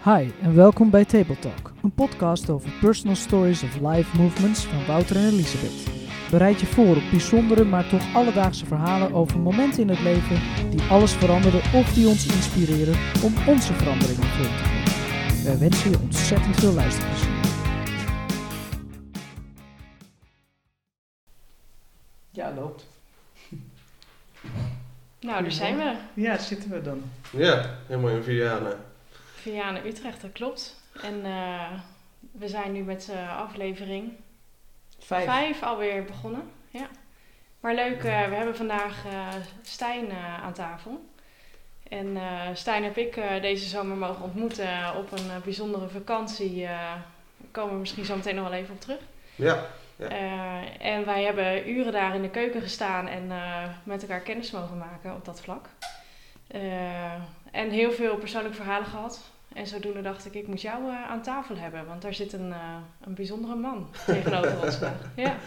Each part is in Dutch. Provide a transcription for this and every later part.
Hi en welkom bij Table Talk, een podcast over personal stories of life movements van Wouter en Elisabeth. Bereid je voor op bijzondere, maar toch alledaagse verhalen over momenten in het leven die alles veranderden of die ons inspireren om onze veranderingen vorm te geven. Wij wensen je ontzettend veel luisterplezier. Ja, loopt. Nou, daar zijn we. Ja, daar zitten we dan. Ja, helemaal in Vianen. Vianen Utrecht, dat klopt. En we zijn nu met aflevering 5 alweer begonnen. Ja. Maar leuk, we hebben vandaag Stijn aan tafel. En Stijn heb ik deze zomer mogen ontmoeten op een bijzondere vakantie. Daar komen we misschien zo meteen nog wel even op terug. Ja. En wij hebben uren daar in de keuken gestaan en met elkaar kennis mogen maken op dat vlak. En heel veel persoonlijke verhalen gehad. En zodoende dacht ik moet jou aan tafel hebben. Want daar zit een bijzondere man tegenover ons vandaag.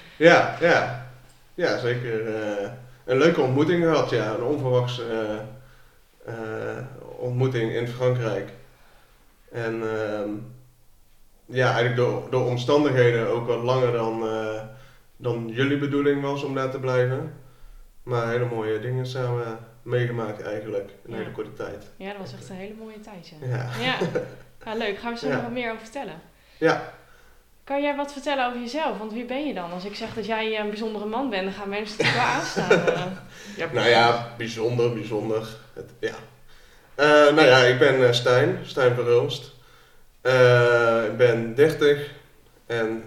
Ja, zeker. Een leuke ontmoeting gehad, ja. Een onverwachte ontmoeting in Frankrijk. En eigenlijk door omstandigheden ook wat langer dan jullie bedoeling was om daar te blijven. Maar hele mooie dingen samen meegemaakt eigenlijk, in een hele korte tijd. Ja, dat was echt een hele mooie tijd, ja. Leuk. Gaan we zo nog wat meer over vertellen? Ja. Kan jij wat vertellen over jezelf? Want wie ben je dan? Als ik zeg dat jij een bijzondere man bent, dan gaan mensen er wel aanstaan. Nou ja, bijzonder. Ik ben Stijn Verhulst. Ik ben 30 en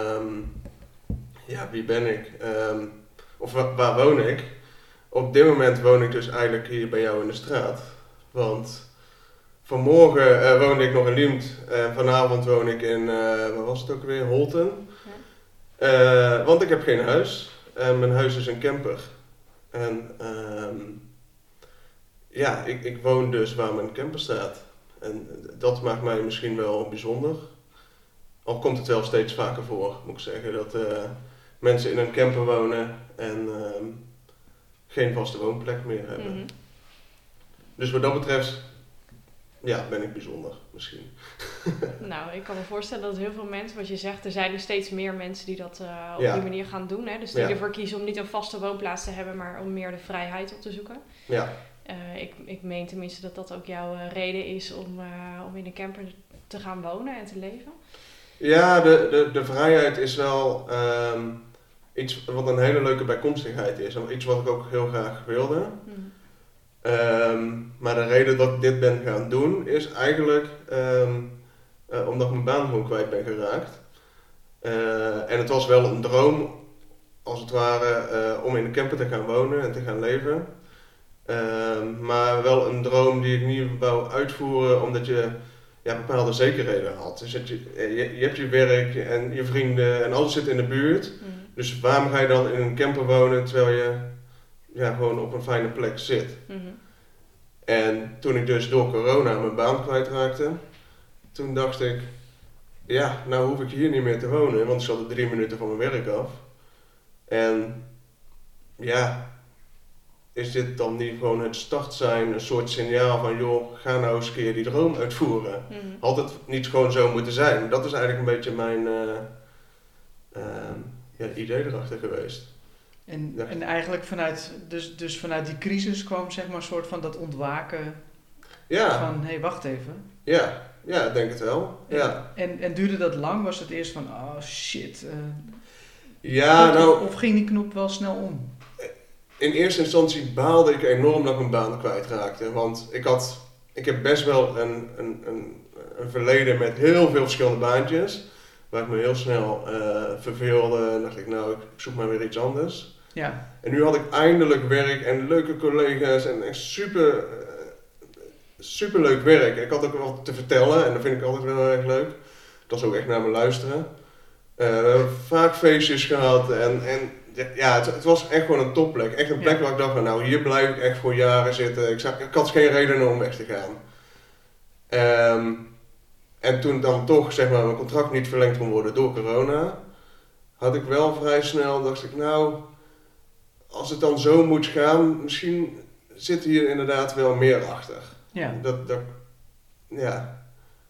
wie ben ik? Waar woon ik? Op dit moment woon ik dus eigenlijk hier bij jou in de straat. Want vanmorgen woonde ik nog in Liemt en vanavond woon ik in, waar was het ook weer, Holten. Ja. Want ik heb geen huis en mijn huis is een camper. En ik woon dus waar mijn camper staat. En dat maakt mij misschien wel bijzonder. Al komt het wel steeds vaker voor, moet ik zeggen, dat mensen in een camper wonen en geen vaste woonplek meer hebben. Mm-hmm. Dus wat dat betreft, ben ik bijzonder misschien. Nou, ik kan me voorstellen dat heel veel mensen, wat je zegt, er zijn nu steeds meer mensen die dat op die manier gaan doen. Hè? Dus die ervoor kiezen om niet een vaste woonplaats te hebben, maar om meer de vrijheid op te zoeken. Ja. Ik meen tenminste dat ook jouw reden is om in een camper te gaan wonen en te leven. Ja, de vrijheid is wel iets wat een hele leuke bijkomstigheid is. Iets wat ik ook heel graag wilde. Maar de reden dat ik dit ben gaan doen is eigenlijk omdat ik mijn baan gewoon kwijt ben geraakt. En het was wel een droom, als het ware, om in een camper te gaan wonen en te gaan leven. Maar wel een droom die ik niet wou uitvoeren omdat je bepaalde zekerheden had. Dus je hebt je werk en je vrienden en alles zit in de buurt. Dus waarom ga je dan in een camper wonen terwijl je gewoon op een fijne plek zit? Mm-hmm. En toen ik dus door corona mijn baan kwijtraakte, toen dacht ik, nou hoef ik hier niet meer te wonen, want ik zat er 3 minuten van mijn werk af. En is dit dan niet gewoon het start zijn, een soort signaal van joh, ga nou eens een keer die droom uitvoeren. Mm-hmm. Had het niet gewoon zo moeten zijn? Dat is eigenlijk een beetje mijn idee erachter geweest. En eigenlijk vanuit die crisis kwam zeg maar een soort van dat ontwaken van hé, wacht even. Ja, ik denk het wel. En duurde dat lang? Was het eerst van oh shit? Of ging die knop wel snel om? In eerste instantie baalde ik enorm dat ik mijn baan kwijtraakte. Want ik heb best wel een verleden met heel veel verschillende baantjes. Waar ik me heel snel verveelde en dacht ik ik zoek maar weer iets anders. Ja. En nu had ik eindelijk werk en leuke collega's en echt super leuk werk. Ik had ook wat te vertellen en dat vind ik altijd wel heel erg leuk. Dat is ook echt naar me luisteren. We hebben vaak feestjes gehad en het was echt gewoon een topplek. Echt een plek waar ik dacht van hier blijf ik echt voor jaren zitten. Ik had geen reden om weg te gaan. En toen dan toch zeg maar mijn contract niet verlengd kon worden door corona, had ik wel vrij snel, dacht ik als het dan zo moet gaan, misschien zit hier inderdaad wel meer achter. Ja.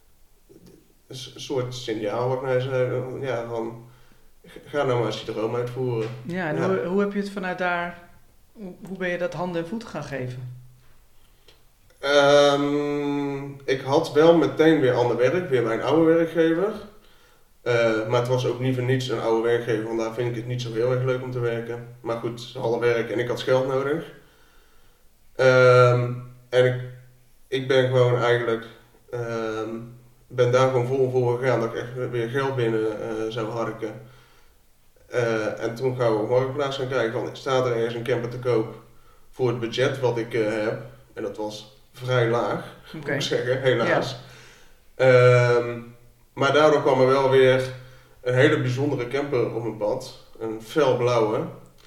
een soort signaal wat mij zei, ja, van ga nou maar eens je droom uitvoeren. Ja, en hoe heb je het vanuit daar, hoe ben je dat handen en voeten gaan geven? Ik had wel meteen weer ander werk, weer mijn oude werkgever. Maar het was ook niet voor niets een oude werkgever, want daar vind ik het niet zo heel erg leuk om te werken. Maar goed, ze hadden werk en ik had geld nodig. En ik ben gewoon eigenlijk, ben daar gewoon vol voor gegaan dat ik echt weer geld binnen zou harken. En toen gaan we op Marktplaats gaan kijken van, staat er ergens een camper te koop voor het budget wat ik heb. En dat was vrij laag, moet ik zeggen, helaas. Ja. Maar daardoor kwam er wel weer een hele bijzondere camper op mijn pad. Een felblauwe.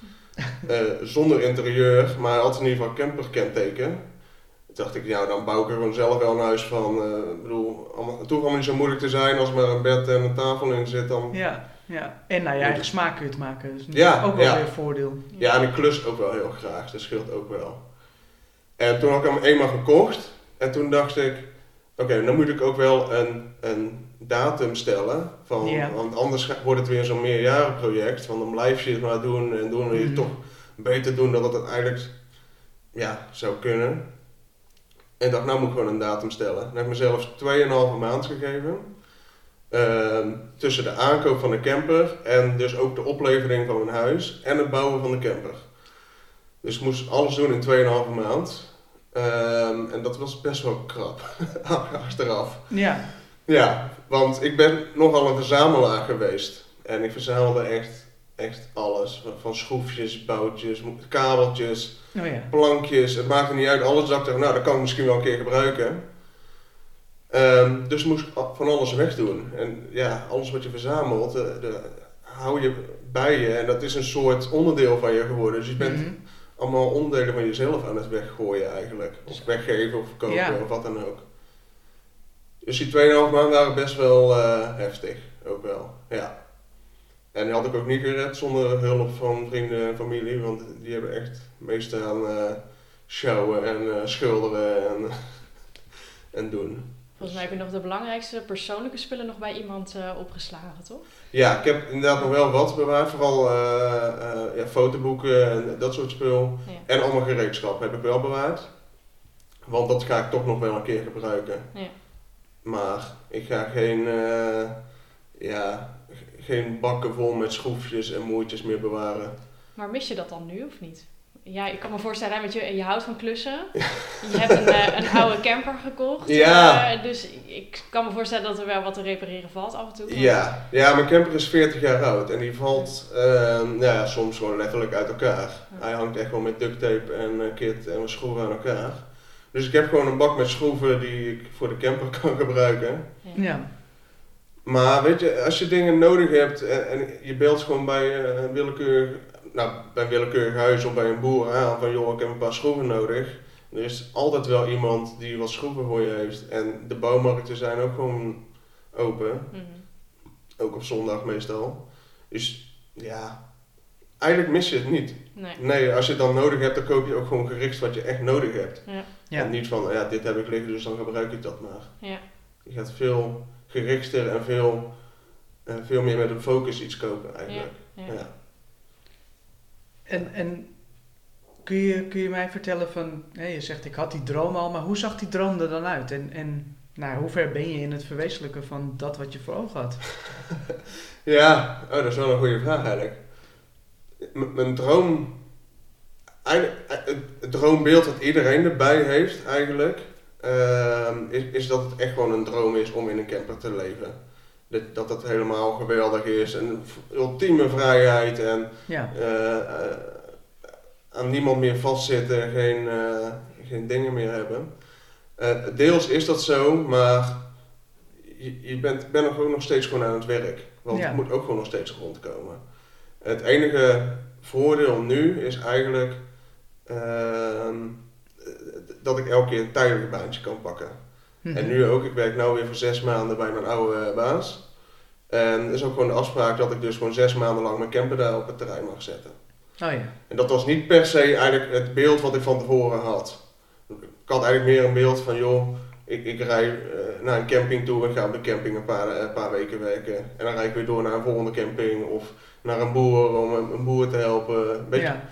Zonder interieur, maar hij had in ieder geval camperkenteken. Toen dacht ik, ja, dan bouw ik er gewoon zelf wel een huis van. Het hoeft allemaal niet zo moeilijk te zijn als er maar een bed en een tafel in zit dan. Ja. En naar je eigen smaak kun je het maken. Dus dat is ook wel weer een voordeel. Ja, en ik klus ook wel heel graag, dat scheelt ook wel. En toen had ik hem eenmaal gekocht en toen dacht ik, oké, dan moet ik ook wel een datum stellen. Want anders wordt het weer zo'n meerjarenproject. Want dan blijf je het maar doen en wil je het toch beter doen dan dat het eigenlijk zou kunnen. En dacht, nou moet ik gewoon een datum stellen. Dan heb ik mezelf 2,5 maand gegeven. Tussen de aankoop van de camper en dus ook de oplevering van mijn huis en het bouwen van de camper. Dus ik moest alles doen in 2,5 maand. En dat was best wel krap, achteraf. Ja, want ik ben nogal een verzamelaar geweest. En ik verzamelde echt alles. Van schroefjes, boutjes, kabeltjes, plankjes. Het maakte niet uit, alles dacht ik, nou dat kan ik misschien wel een keer gebruiken. Dus moest ik van alles wegdoen. En ja, alles wat je verzamelt, hou je bij je. En dat is een soort onderdeel van je geworden. Dus je bent allemaal onderdelen van jezelf aan het weggooien eigenlijk. Of weggeven of verkopen of wat dan ook. Dus die 2,5 maanden waren best wel heftig. Ook wel, ja. En die had ik ook niet gered zonder hulp van vrienden en familie. Want die hebben echt meestal aan sjouwen en schilderen en doen. Volgens mij heb je nog de belangrijkste persoonlijke spullen nog bij iemand opgeslagen, toch? Ja, ik heb inderdaad nog wel wat bewaard. Vooral fotoboeken en dat soort spul. Ja. En allemaal gereedschap heb ik wel bewaard. Want dat ga ik toch nog wel een keer gebruiken. Ja. Maar ik ga geen bakken vol met schroefjes en moertjes meer bewaren. Maar mis je dat dan nu of niet? Ja, ik kan me voorstellen, want je houdt van klussen. Je hebt een oude camper gekocht. Ja. Dus ik kan me voorstellen dat er wel wat te repareren valt af en toe. Ja, mijn camper is 40 jaar oud en die valt soms gewoon letterlijk uit elkaar. Ja. Hij hangt echt wel met duct tape en kit en schroeven aan elkaar. Dus ik heb gewoon een bak met schroeven die ik voor de camper kan gebruiken. Ja. Maar weet je, als je dingen nodig hebt en je belt gewoon bij een willekeurig huis of bij een boer aan van joh, ik heb een paar schroeven nodig. Er is altijd wel iemand die wat schroeven voor je heeft. En de bouwmarkten zijn ook gewoon open. Mm-hmm. Ook op zondag meestal. Dus ja, eigenlijk mis je het niet. Nee, als je het dan nodig hebt, dan koop je ook gewoon gericht wat je echt nodig hebt. Ja. En niet van, dit heb ik liggen, dus dan gebruik ik dat maar. Ja. Je gaat veel gerichter en veel meer met een focus iets kopen eigenlijk. Ja. En kun je mij vertellen van, je zegt ik had die droom al, maar hoe zag die droom er dan uit? En hoe ver ben je in het verwezenlijken van dat wat je voor ogen had? Ja, dat is wel een goede vraag eigenlijk. Mijn droom, het droombeeld dat iedereen erbij heeft eigenlijk, is dat het echt gewoon een droom is om in een camper te leven. Dat het helemaal geweldig is en ultieme vrijheid en aan niemand meer vastzitten, geen dingen meer hebben. Deels is dat zo, maar je bent ook nog steeds gewoon aan het werk. Want het moet ook gewoon nog steeds rondkomen. Het enige voordeel nu is eigenlijk dat ik elke keer een tijdelijk baantje kan pakken. En nu ook, ik werk nu weer voor 6 maanden bij mijn oude baas. En er is ook gewoon de afspraak dat ik dus gewoon 6 maanden lang mijn camper daar op het terrein mag zetten. Oh ja. En dat was niet per se eigenlijk het beeld wat ik van tevoren had. Ik had eigenlijk meer een beeld van, joh, Ik rij naar een camping toe en ga op de camping een paar weken werken. En dan rijd ik weer door naar een volgende camping of naar een boer om een boer te helpen.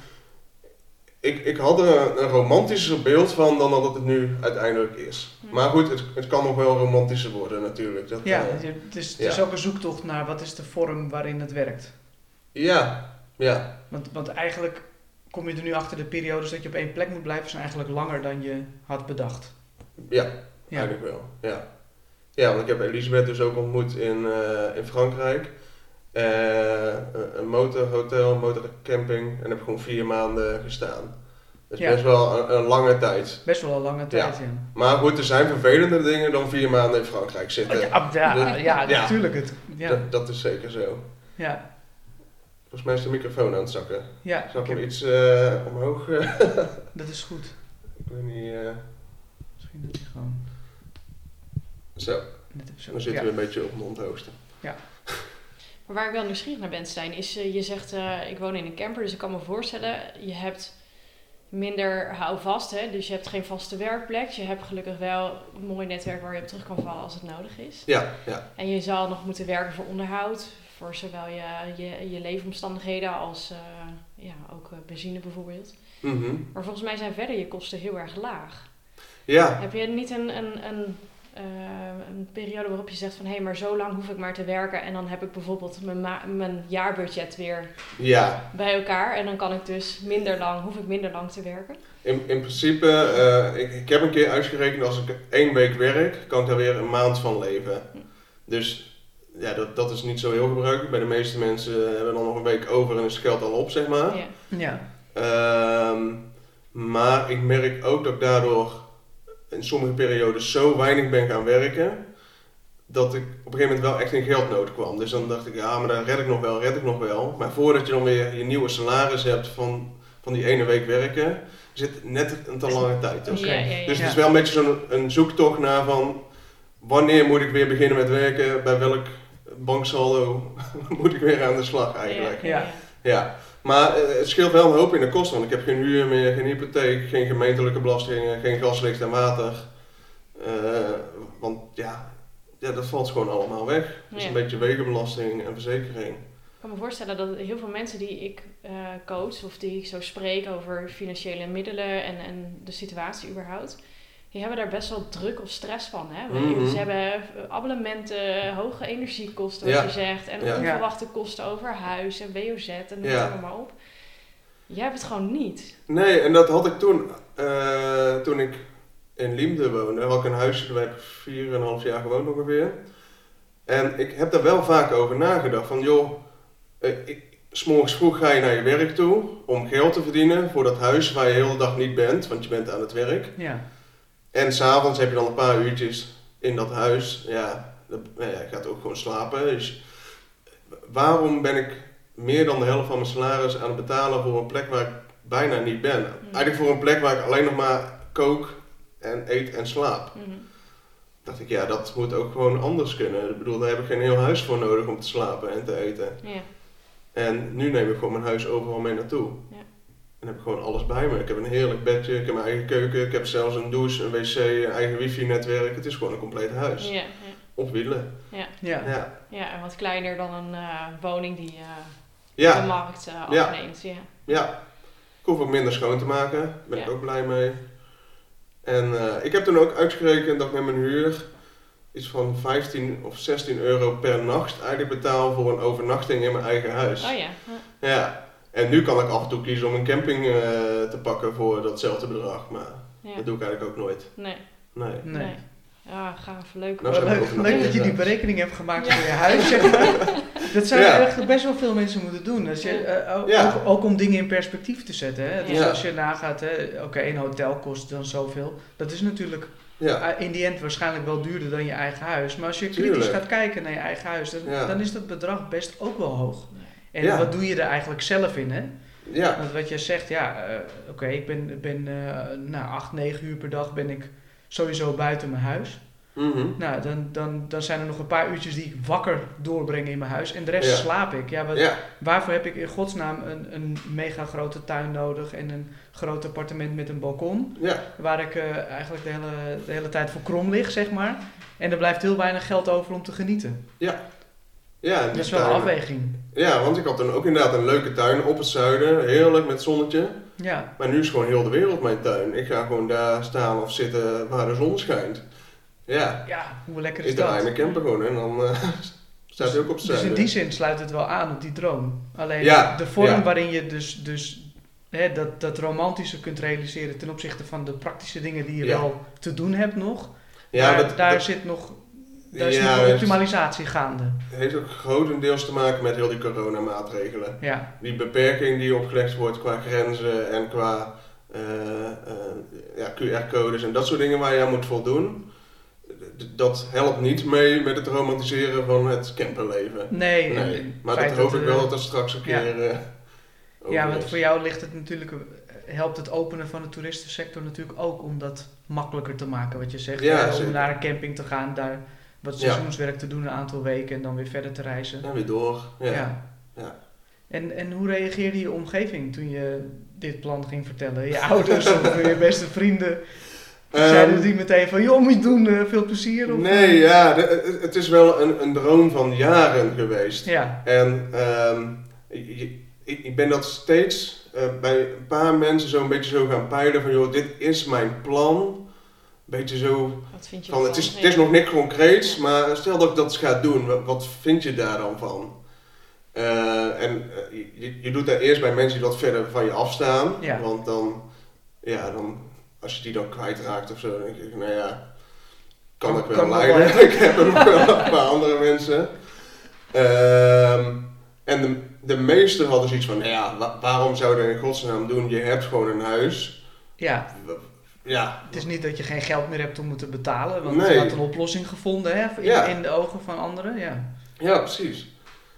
Ik had er een romantischer beeld van dan dat het nu uiteindelijk is. Maar goed, het kan nog wel romantischer worden natuurlijk. Het is ook een zoektocht naar wat is de vorm waarin het werkt. Ja. Want eigenlijk kom je er nu achter de periodes dat je op één plek moet blijven, zijn eigenlijk langer dan je had bedacht. Ja. Eigenlijk wel, ja. Ja, want ik heb Elisabeth dus ook ontmoet in Frankrijk. Een motorhotel, een motorcamping en heb gewoon 4 maanden gestaan. Dus best wel een lange tijd. Best wel een lange tijd, ja. Maar goed, er zijn vervelender dingen dan 4 maanden in Frankrijk zitten. Natuurlijk. Dat is zeker zo. Ja. Volgens mij is de microfoon aan het zakken. Ja. Zal ik hem iets omhoog? Dat is goed. Ik weet niet... Misschien dat hij gewoon... Zo. Dan zitten we een beetje op mondhoogte. Ja. Maar waar ik wel nieuwsgierig naar ben, Stijn, is je zegt ik woon in een camper, dus ik kan me voorstellen, je hebt minder houvast, hè? Dus je hebt geen vaste werkplek. Je hebt gelukkig wel een mooi netwerk waar je op terug kan vallen als het nodig is. Ja. En je zal nog moeten werken voor onderhoud, voor zowel je leefomstandigheden als ook benzine bijvoorbeeld. Mm-hmm. Maar volgens mij zijn verder je kosten heel erg laag. Ja. Heb je niet een periode waarop je zegt van hé, maar zo lang hoef ik maar te werken en dan heb ik bijvoorbeeld mijn jaarbudget weer bij elkaar en dan kan ik dus hoef ik minder lang te werken? In principe, ik heb een keer uitgerekend als ik 1 week werk, kan ik daar weer een maand van leven. Dus ja, dat is niet zo heel gebruikelijk. Bij de meeste mensen hebben dan nog een week over en is het geld al op, zeg maar. Ja. Maar ik merk ook dat ik daardoor in sommige periodes zo weinig ben gaan werken, dat ik op een gegeven moment wel echt in geldnood kwam. Dus dan dacht ik, maar dan red ik nog wel. Maar voordat je dan weer je nieuwe salaris hebt van die ene week werken, zit net een te lange tijd tussen. Dus het is wel een beetje een zoektocht naar van, wanneer moet ik weer beginnen met werken, bij welk banksaldo moet ik weer aan de slag eigenlijk. Ja. Maar het scheelt wel een hoop in de kosten, want ik heb geen huur meer, geen hypotheek, geen gemeentelijke belastingen, geen gas, licht en water. Want dat valt gewoon allemaal weg. Dus een beetje wegenbelasting en verzekering. Ik kan me voorstellen dat heel veel mensen die ik coach of die ik zo spreek over financiële middelen en de situatie überhaupt, die hebben daar best wel druk of stress van. Hè? Mm-hmm. Ze hebben abonnementen, hoge energiekosten, wat je zegt, en onverwachte kosten over huis en WOZ en noem het allemaal maar op. Jij hebt het gewoon niet. Nee, en dat had ik toen ik in Liemde woonde. Had ik een huisje, daar heb ik 4,5 jaar gewoond ongeveer. En ik heb daar wel vaak over nagedacht. Van joh, 's morgens vroeg ga je naar je werk toe om geld te verdienen voor dat huis waar je de hele dag niet bent, want je bent aan het werk. Ja. En s'avonds heb je dan een paar uurtjes in dat huis. Je gaat ook gewoon slapen. Dus waarom ben ik meer dan de helft van mijn salaris aan het betalen voor een plek waar ik bijna niet ben? Eigenlijk voor een plek waar ik alleen nog maar kook en eet en slaap. Dacht ik, dat moet ook gewoon anders kunnen. Ik bedoel, daar heb ik geen heel huis voor nodig om te slapen en te eten. Ja. En nu neem ik gewoon mijn huis overal mee naartoe. Ja. En heb ik gewoon alles bij me. Ik heb een heerlijk bedje, ik heb mijn eigen keuken, ik heb zelfs een douche, een wc, een eigen wifi-netwerk. Het is gewoon een compleet huis. Ja. Op wielen. Ja, en wat kleiner dan een woning die de markt afneemt. Ja, ik hoef ook minder schoon te maken, daar ben ik ook blij mee. En ik heb toen ook uitgerekend dat ik met mijn huur iets van 15 of 16 euro per nacht eigenlijk betaal voor een overnachting in mijn eigen huis. Oh ja. Ja. En nu kan ik af en toe kiezen om een camping te pakken voor datzelfde bedrag, maar dat doe ik eigenlijk ook nooit. Nee. Ja, gaaf, leuk. Leuk dat je die berekening hebt gemaakt voor je huis. Zeg maar. Dat zou echt best wel veel mensen moeten doen. Als je, ook om dingen in perspectief te zetten. Hè? Dus als je nagaat, een hotel kost dan zoveel. Dat is natuurlijk in die end waarschijnlijk wel duurder dan je eigen huis. Maar als je kritisch gaat kijken naar je eigen huis, dan is dat bedrag best ook wel hoog. En wat doe je er eigenlijk zelf in, hè? Ja. Want wat jij zegt, ik ben 8, 9 uur per dag ben ik sowieso buiten mijn huis. Mhm. Nou, dan zijn er nog een paar uurtjes die ik wakker doorbreng in mijn huis. En de rest slaap ik. Waarvoor heb ik in godsnaam een mega grote tuin nodig en een groot appartement met een balkon. Ja. Waar ik eigenlijk de hele tijd voor krom lig, zeg maar. En er blijft heel weinig geld over om te genieten. Ja, dat is wel een afweging. Ja, want ik had dan ook inderdaad een leuke tuin op het zuiden. Heerlijk met zonnetje. Ja. Maar nu is gewoon heel de wereld mijn tuin. Ik ga gewoon daar staan of zitten waar de zon schijnt. Ja, hoe lekker is ik dat? draai mijn camper gewoon en dan staat hij ook op het zuiden. Dus in die zin sluit het wel aan op die droom. Alleen de vorm waarin je dus dat romantische kunt realiseren ten opzichte van de praktische dingen die je wel te doen hebt nog. Ja, daar zit nog een optimalisatie gaande. Het heeft ook grotendeels te maken met heel die coronamaatregelen. Ja. Die beperking die opgelegd wordt qua grenzen en qua QR-codes en dat soort dingen waar je aan moet voldoen. Dat helpt niet mee met het romantiseren van het camperleven. Nee. Maar dat hoop ik wel dat dat straks een keer want voor jou ligt het natuurlijk, helpt het openen van de toeristensector natuurlijk ook om dat makkelijker te maken, wat je zegt. Om naar een camping te gaan, daar wat seizoenswerk te doen een aantal weken en dan weer verder te reizen. En weer door. Ja. En hoe reageerde je omgeving toen je dit plan ging vertellen? Je ouders of je beste vrienden? Zeiden die meteen van, joh, moet je doen, veel plezier? Of? Nee, het is wel een droom van jaren geweest. Ja. En ik ben dat steeds bij een paar mensen zo'n beetje zo gaan peilen van, joh, dit is mijn plan. Beetje zo, wat vind je van, het is nog niks concreets, maar stel dat ik dat ga doen, wat vind je daar dan van? Je doet daar eerst bij mensen die wat verder van je afstaan, want dan, als je die dan kwijtraakt of zo, dan denk ik, kan ik wel leiden. Ik heb er nog wel een paar andere mensen. En de meesten hadden zoiets van, waarom zou je dat in godsnaam doen? Je hebt gewoon een huis. Ja. Het is niet dat je geen geld meer hebt om te betalen, want je had een oplossing gevonden in de ogen van anderen. Ja, precies.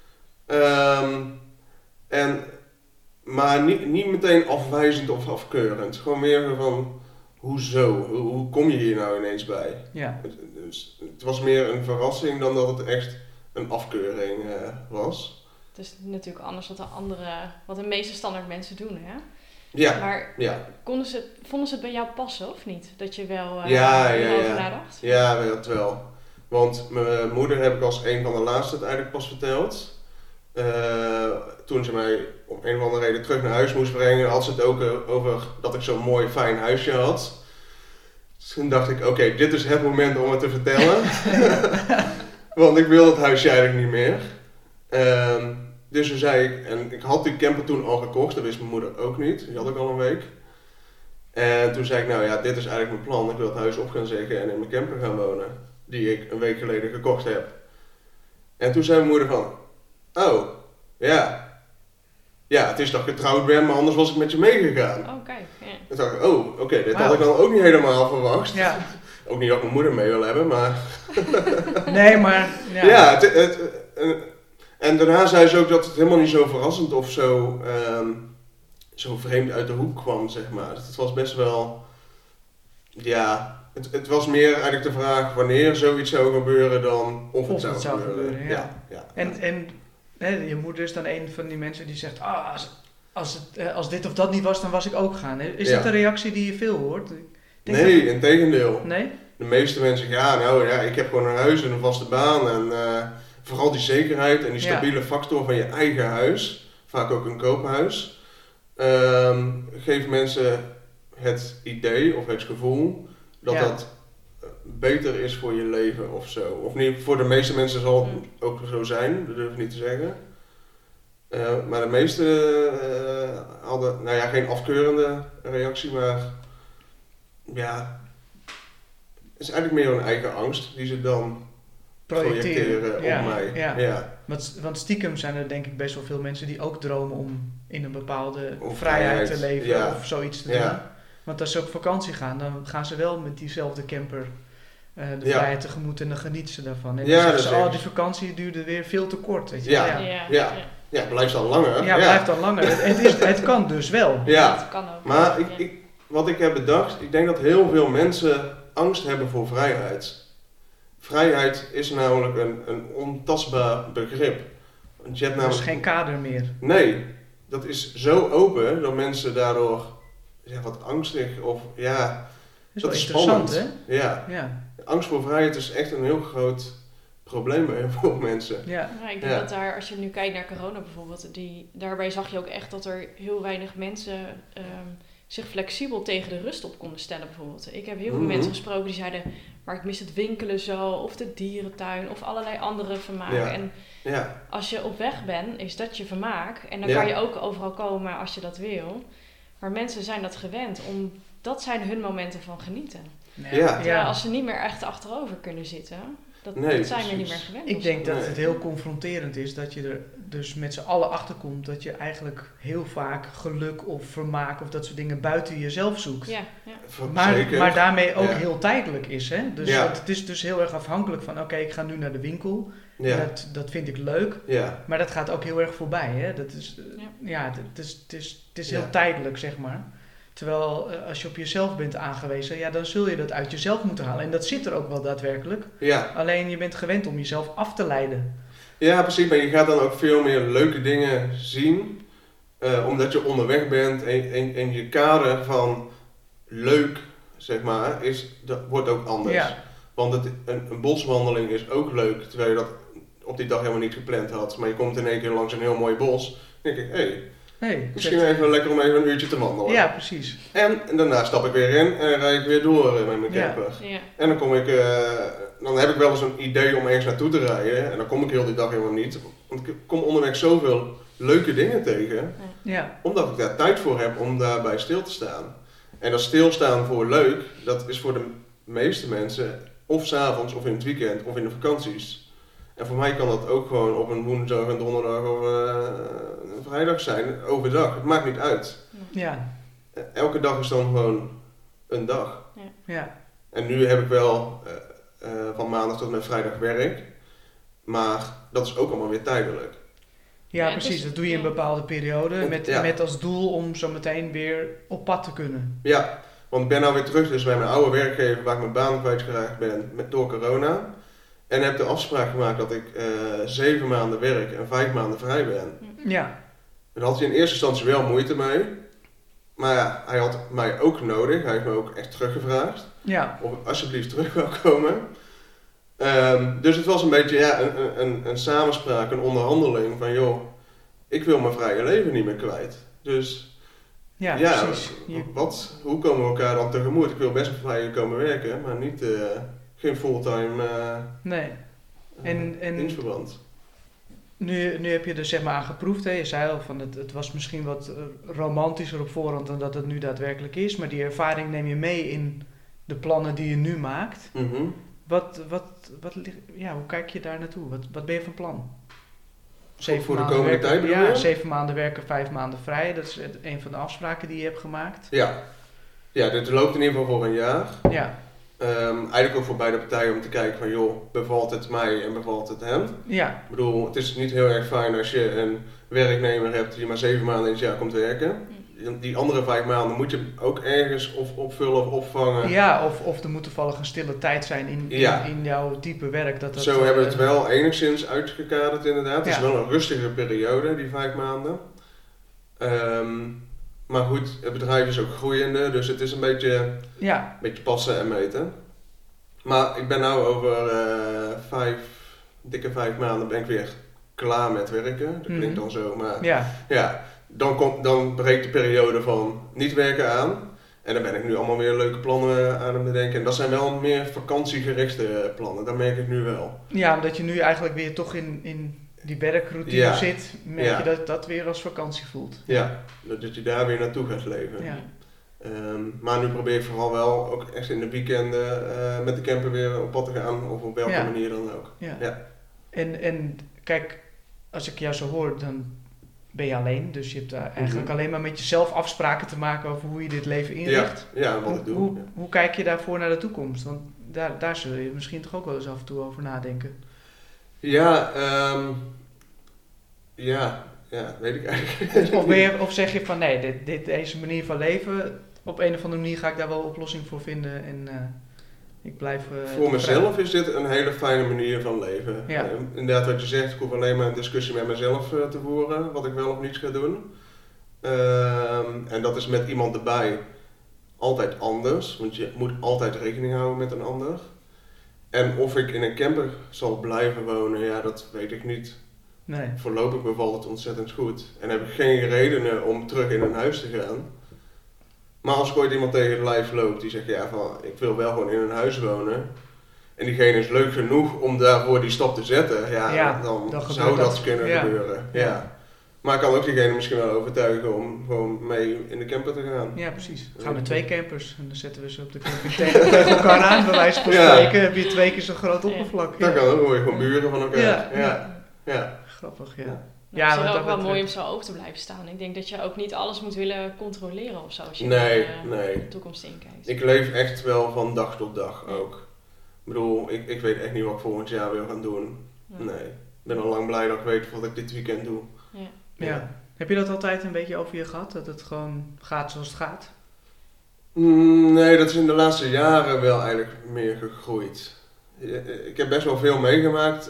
Maar niet meteen afwijzend of afkeurend. Gewoon meer van, hoezo? Hoe kom je hier nou ineens bij? Ja. Het was meer een verrassing dan dat het echt een afkeuring was. Het is natuurlijk anders wat de meeste standaard mensen doen, hè? Ja. Maar vonden ze het bij jou passen of niet? Dat je wel erover nadacht? Ja, dat wel. Want mijn moeder heb ik als een van de laatste het eigenlijk pas verteld. Toen ze mij om een of andere reden terug naar huis moest brengen, had ze het ook over dat ik zo'n mooi fijn huisje had. Dus toen dacht ik, oké, dit is het moment om het te vertellen. Want ik wil het huisje eigenlijk niet meer. Dus toen zei ik, en ik had die camper toen al gekocht, dat wist mijn moeder ook niet, die had ik al een week. En toen zei ik, dit is eigenlijk mijn plan, ik wil het huis op gaan zeggen en in mijn camper gaan wonen, die ik een week geleden gekocht heb. En toen zei mijn moeder van, het is dat ik getrouwd ben, maar anders was ik met je meegegaan. Oh, kijk. Toen dacht ik, dit had ik dan ook niet helemaal verwacht. Ja. Ook niet dat ik mijn moeder mee wil hebben, maar... Nee, maar... En daarna zei ze ook dat het helemaal niet zo verrassend of zo vreemd uit de hoek kwam, zeg maar. Het was best wel... Het was meer eigenlijk de vraag wanneer zoiets zou gebeuren dan of het zou gebeuren. Ja. En je moeder is dan een van die mensen die zegt, als dit of dat niet was, dan was ik ook gaan. Is dat een reactie die je veel hoort? Nee, integendeel. Nee? De meeste mensen zeggen, ik heb gewoon een huis en een vaste baan en vooral die zekerheid en die stabiele factor van je eigen huis, vaak ook een koophuis, geeft mensen het idee of het gevoel dat beter is voor je leven of zo. Of niet, voor de meeste mensen zal het ook zo zijn, dat durf ik niet te zeggen. Maar de meeste hadden, geen afkeurende reactie, maar het is eigenlijk meer een eigen angst die ze dan projecteren op mij. Ja. Want stiekem zijn er denk ik best wel veel mensen die ook dromen om in een bepaalde vrijheid te leven of zoiets te doen. Want als ze op vakantie gaan, dan gaan ze wel met diezelfde camper de vrijheid tegemoet en dan genieten ze daarvan. En dan zeggen ze, die vakantie duurde weer veel te kort. Weet je? Ja, blijft dan langer. Ja, blijft dan langer. Het kan dus wel. Ja, het kan ook. Maar wat ik heb bedacht, ik denk dat heel veel mensen angst hebben voor vrijheid. vrijheid is namelijk een ontastbaar begrip. Want je hebt namelijk... Dus geen kader meer. Nee, dat is zo open dat mensen daardoor wat angstig of Dat is interessant, spannend. Hè? Ja. Angst voor vrijheid is echt een heel groot probleem bij heel veel mensen. Ja, ik denk dat daar, als je nu kijkt naar corona bijvoorbeeld, daarbij zag je ook echt dat er heel weinig mensen zich flexibel tegen de rust op konden stellen bijvoorbeeld. Ik heb heel veel mensen gesproken die zeiden, maar ik mis het winkelen zo, of de dierentuin, of allerlei andere vermaken. En als je op weg bent, is dat je vermaak. En dan kan je ook overal komen als je dat wil. Maar mensen zijn dat gewend, dat zijn hun momenten van genieten. Ja. Als ze niet meer echt achterover kunnen zitten, dat zijn we niet meer gewend. Ik denk dat het heel confronterend is dat je er dus met z'n allen achter komt dat je eigenlijk heel vaak geluk of vermaak of dat soort dingen buiten jezelf zoekt. Ja. Maar daarmee ook heel tijdelijk is. Hè? Dus het is dus heel erg afhankelijk van oké, ik ga nu naar de winkel. Ja. Dat vind ik leuk. Ja. Maar dat gaat ook heel erg voorbij. Hè? Dat is, het is heel tijdelijk, zeg maar. Terwijl als je op jezelf bent aangewezen, dan zul je dat uit jezelf moeten halen. En dat zit er ook wel daadwerkelijk. Ja. Alleen je bent gewend om jezelf af te leiden. Ja, precies. Maar je gaat dan ook veel meer leuke dingen zien. Omdat je onderweg bent en je kader van leuk, zeg maar, dat wordt ook anders. Ja. Want een boswandeling is ook leuk, terwijl je dat op die dag helemaal niet gepland had. Maar je komt in één keer langs een heel mooi bos. Dan denk ik, misschien even lekker om even een uurtje te wandelen. Ja, precies. En daarna stap ik weer in en rijd ik weer door met mijn camper. Ja. En dan kom ik, dan heb ik wel eens een idee om ergens naartoe te rijden. En dan kom ik heel die dag helemaal niet. Want ik kom onderweg zoveel leuke dingen tegen. Ja. Omdat ik daar tijd voor heb om daarbij stil te staan. En dat stilstaan voor leuk, dat is voor de meeste mensen of 's avonds of in het weekend of in de vakanties. En voor mij kan dat ook gewoon op een woensdag, een donderdag of een vrijdag zijn, overdag. Het maakt niet uit. Ja. Elke dag is dan gewoon een dag. Ja. En nu heb ik wel van maandag tot en met vrijdag werk. Maar dat is ook allemaal weer tijdelijk. Ja, precies. Dus, dat doe je in een bepaalde periode met als doel om zo meteen weer op pad te kunnen. Ja, want ik ben nou weer terug dus bij mijn oude werkgever waar ik mijn baan kwijtgeraakt ben door corona. En heb de afspraak gemaakt dat ik 7 maanden werk en 5 maanden vrij ben. Ja. Daar had hij in eerste instantie wel moeite mee. Maar ja, hij had mij ook nodig. Hij heeft me ook echt teruggevraagd. Ja. Of ik alsjeblieft terug wil komen. Dus het was een beetje een samenspraak, een onderhandeling van joh, ik wil mijn vrije leven niet meer kwijt. Dus precies. Hoe komen we elkaar dan tegemoet? Ik wil best vrij komen werken, maar niet... geen fulltime dienstverband. Nu heb je er zeg maar aan geproefd. Hè? Je zei al van het was misschien wat romantischer op voorhand dan dat het nu daadwerkelijk is. Maar die ervaring neem je mee in de plannen die je nu maakt. Mm-hmm. Hoe kijk je daar naartoe? Wat ben je van plan? Voor de komende tijd bedoel je? Ja, 7 maanden werken, 5 maanden vrij. Dat is een van de afspraken die je hebt gemaakt. Ja, dit loopt in ieder geval voor een jaar. Ja. Eigenlijk ook voor beide partijen om te kijken van joh, bevalt het mij en bevalt het hem? Ja. Ik bedoel, het is niet heel erg fijn als je een werknemer hebt die maar 7 maanden in het jaar komt werken. Die andere 5 maanden moet je ook ergens of opvullen of opvangen. Ja, of er moet toevallig een stille tijd zijn in jouw type werk. Zo hebben we het wel enigszins uitgekaderd inderdaad. Het is wel een rustige periode, die 5 maanden. Maar goed, het bedrijf is ook groeiende, dus het is een beetje passen en meten. Maar ik ben nu over dikke 5 maanden ben ik weer klaar met werken. Dat klinkt dan zo, maar dan breekt de periode van niet werken aan. En dan ben ik nu allemaal weer leuke plannen aan het bedenken. En dat zijn wel meer vakantiegerichte plannen, dat merk ik nu wel. Ja, omdat je nu eigenlijk weer toch in die werkroutine zit, merk je dat weer als vakantie voelt. Ja, dat je daar weer naartoe gaat leven. Ja. Maar nu probeer ik vooral wel ook echt in de weekenden met de camper weer op pad te gaan, of op welke manier dan ook. Ja. Ja. En kijk, als ik jou zo hoor, dan ben je alleen. Dus je hebt eigenlijk alleen maar met jezelf afspraken te maken over hoe je dit leven inricht. Ja, wat ik doe. Hoe kijk je daarvoor naar de toekomst? Want daar zul je misschien toch ook wel eens af en toe over nadenken. Ja, weet ik eigenlijk. Of zeg je van nee, deze manier van leven, op een of andere manier ga ik daar wel een oplossing voor vinden. Ik blijf... Voor mezelf is dit een hele fijne manier van leven. Ja. Inderdaad wat je zegt, ik hoef alleen maar een discussie met mezelf te voeren, wat ik wel of niet ga doen. En dat is met iemand erbij altijd anders, want je moet altijd rekening houden met een ander. En of ik in een camper zal blijven wonen, ja, dat weet ik niet. Nee. Voorlopig bevalt het ontzettend goed. En heb ik geen redenen om terug in een huis te gaan. Maar als ik ooit iemand tegen het lijf loop die zegt, ja, van, ik wil wel gewoon in een huis wonen. En diegene is leuk genoeg om daarvoor die stap te zetten, dan zou dat kunnen gebeuren. Ja. Maar ik kan ook diegene misschien wel overtuigen om gewoon mee in de camper te gaan. Ja, precies. We gaan met 2 campers en dan zetten we ze op de camping tegen elkaar aan. Bij wijze van spreken heb je 2 keer zo'n groot oppervlak. Dat kan ook, word je gewoon buren van elkaar. Ja. Grappig, ja. Nou, het is ook wel mooi om zo open te blijven staan. Ik denk dat je ook niet alles moet willen controleren of zo als je de toekomst inkijkt. Ik leef echt wel van dag tot dag ook. Ik bedoel, ik weet echt niet wat ik volgend jaar wil gaan doen. Ja. Nee, ik ben al lang blij dat ik weet wat ik dit weekend doe. Ja. Heb je dat altijd een beetje over je gehad? Dat het gewoon gaat zoals het gaat? Nee, dat is in de laatste jaren wel eigenlijk meer gegroeid. Ik heb best wel veel meegemaakt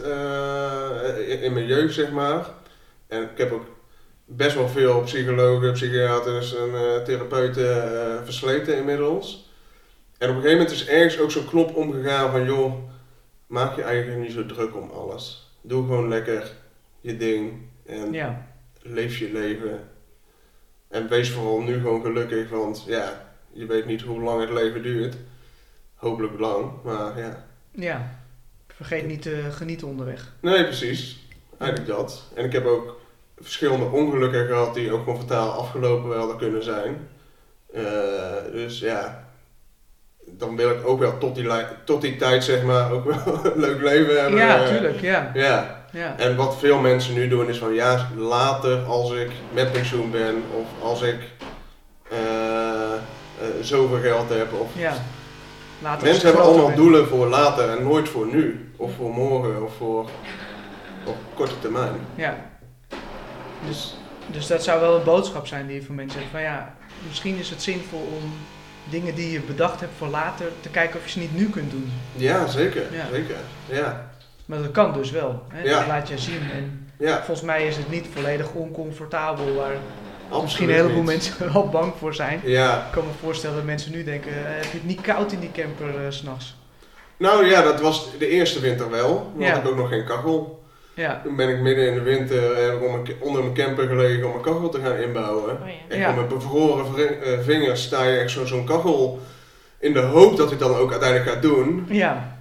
in mijn jeugd, zeg maar. En ik heb ook best wel veel psychologen, psychiaters en therapeuten versleten inmiddels. En op een gegeven moment is ergens ook zo'n knop omgegaan van joh, maak je eigenlijk niet zo druk om alles. Doe gewoon lekker je ding en leef je leven. En wees vooral nu gewoon gelukkig, want ja, je weet niet hoe lang het leven duurt. Hopelijk lang, maar ja. Ja, vergeet niet te genieten onderweg. Nee, precies. Eigenlijk dat. En ik heb ook verschillende ongelukken gehad die ook gewoon fataal afgelopen hadden kunnen zijn. Dus ja, dan wil ik ook wel tot die tijd zeg maar ook wel een leuk leven hebben. Ja, tuurlijk, Ja. En wat veel mensen nu doen is van ja, later als ik met pensioen ben of als ik zoveel geld heb. Of mensen hebben allemaal doelen voor later en nooit voor nu. Of voor morgen of voor op korte termijn. Ja. Dus dat zou wel een boodschap zijn die je voor mensen zegt van ja, misschien is het zinvol om dingen die je bedacht hebt voor later te kijken of je ze niet nu kunt doen. Ja, zeker. Zeker. Ja. Maar dat kan dus wel. Hè? Dat laat je zien. En volgens mij is het niet volledig oncomfortabel waar misschien een heleboel mensen wel bang voor zijn. Ja. Ik kan me voorstellen dat mensen nu denken, heb je het niet koud in die camper 's nachts? Nou ja, dat was de eerste winter wel. Dan had ik ook nog geen kachel. Ja. Toen ben ik midden in de winter onder mijn camper gelegen om mijn kachel te gaan inbouwen. En met bevroren vingers sta je echt zo'n kachel in de hoop dat ik dan ook uiteindelijk ga doen. Ja.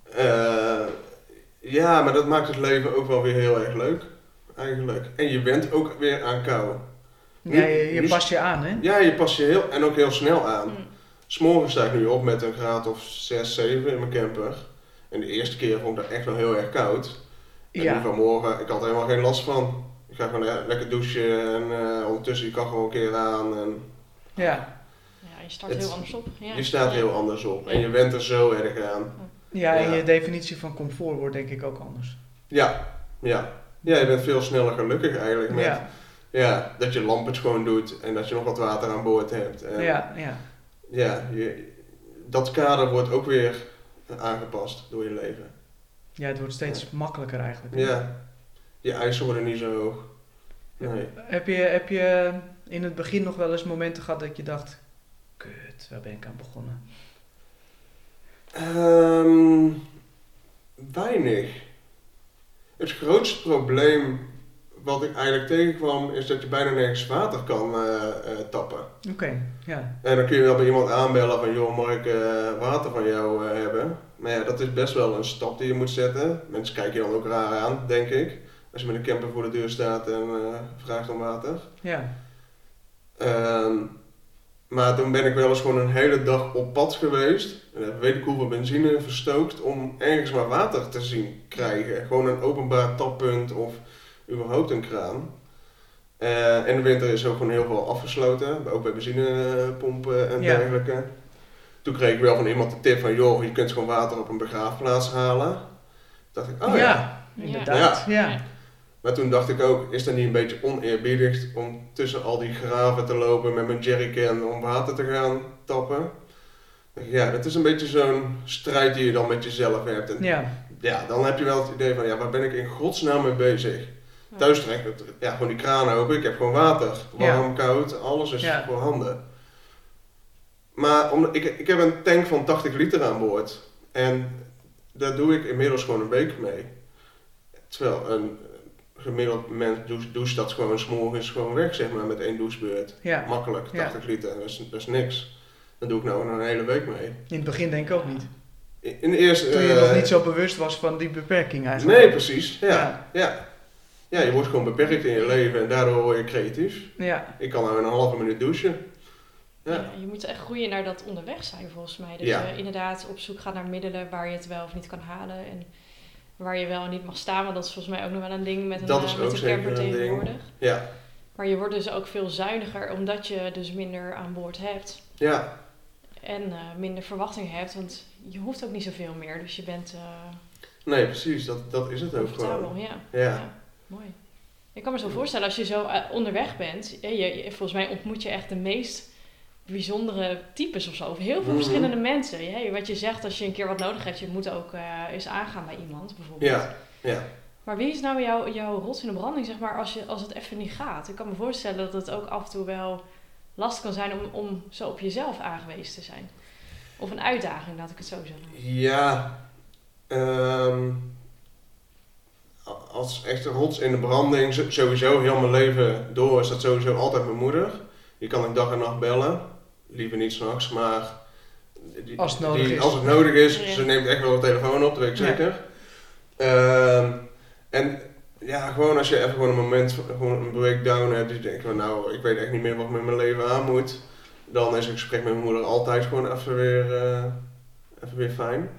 Ja, maar dat maakt het leven ook wel weer heel erg leuk. Eigenlijk. En je went ook weer aan kou. Ja, je past je aan, hè? Ja, je past je ook heel snel aan. 's Morgens sta ik nu op met een graad of 6, 7 in mijn camper. En de eerste keer vond ik dat echt wel heel erg koud. En nu vanmorgen, ik had er helemaal geen last van. Ik ga gewoon lekker douchen en ondertussen die kachel een keer aan. En je start heel anders op. Ja. Je staat heel anders op en je went er zo erg aan. Ja, en je definitie van comfort wordt denk ik ook anders. Ja, je bent veel sneller gelukkig eigenlijk met dat je lampen schoon doet en dat je nog wat water aan boord hebt. En dat kader wordt ook weer aangepast door je leven. Ja, het wordt steeds makkelijker eigenlijk. Ja, je eisen worden niet zo hoog. Nee. Heb je in het begin nog wel eens momenten gehad dat je dacht, kut, waar ben ik aan begonnen? Weinig. Het grootste probleem wat ik eigenlijk tegenkwam is dat je bijna nergens water kan tappen. Oké, ja. En dan kun je wel bij iemand aanbellen van joh, mag ik water van jou hebben? Maar ja, dat is best wel een stap die je moet zetten. Mensen kijken je dan ook raar aan, denk ik. Als je met een camper voor de deur staat en vraagt om water. Ja. Maar toen ben ik wel eens gewoon een hele dag op pad geweest. En heb weet ik hoeveel benzine verstookt om ergens maar water te zien krijgen. Gewoon een openbaar tappunt of überhaupt een kraan. In de winter is ook gewoon heel veel afgesloten. Ook bij benzinepompen en dergelijke. Toen kreeg ik wel van iemand de tip van joh, je kunt gewoon water op een begraafplaats halen. Toen dacht ik, inderdaad. Ja. Maar toen dacht ik ook, is dat niet een beetje oneerbiedig om tussen al die graven te lopen met mijn jerrycan om water te gaan tappen? ja, dat is een beetje zo'n strijd die je dan met jezelf hebt. En ja, dan heb je wel het idee van, ja, waar ben ik in godsnaam mee bezig? Ja. Thuis trek ik gewoon die kraan open, ik heb gewoon water. Warm, koud, alles is voorhanden. Maar ik heb een tank van 80 liter aan boord. En daar doe ik inmiddels gewoon een week mee. Terwijl een gemiddeld mens doucht dat gewoon 's morgens gewoon weg, zeg maar, met 1 douchebeurt. Ja. Makkelijk, 80 liter, dat is niks. Dat doe ik nou een hele week mee. In het begin denk ik ook niet. In de eerste, toen je nog niet zo bewust was van die beperking eigenlijk. Nee, precies. Ja, je wordt gewoon beperkt in je leven en daardoor word je creatief. Ja. Ik kan nou in een halve minuut douchen. Ja, je moet echt groeien naar dat onderweg zijn volgens mij. Dus je inderdaad op zoek gaat naar middelen waar je het wel of niet kan halen. En waar je wel en niet mag staan. Want dat is volgens mij ook nog wel een ding met een camper tegenwoordig. Ja. Maar je wordt dus ook veel zuiniger omdat je dus minder aan boord hebt. Ja. En minder verwachting hebt. Want je hoeft ook niet zoveel meer. Dus je bent... nee, precies. Dat is het ook gewoon. Ja. Mooi. Ik kan me zo voorstellen als je zo onderweg bent. Volgens mij ontmoet je echt de meest bijzondere types of zo. Of heel veel verschillende mensen. Wat je zegt, als je een keer wat nodig hebt, je moet ook eens aangaan bij iemand bijvoorbeeld. Ja. Maar wie is nou jouw rots in de branding, zeg maar, als het even niet gaat? Ik kan me voorstellen dat het ook af en toe wel lastig kan zijn om zo op jezelf aangewezen te zijn. Of een uitdaging, laat ik het zo zeggen. Ja, als echt een rots in de branding, sowieso heel mijn leven door, is dat sowieso altijd mijn moeder. Die kan ik dag en nacht bellen. Liever niet 's nachts, maar als het nodig is, ze neemt echt wel de telefoon op, dat weet ik zeker. En ja, gewoon als je even gewoon een moment, gewoon een breakdown hebt, die denkt van nou, ik weet echt niet meer wat ik met mijn leven aan moet. Dan is een gesprek met mijn moeder altijd gewoon even weer fijn.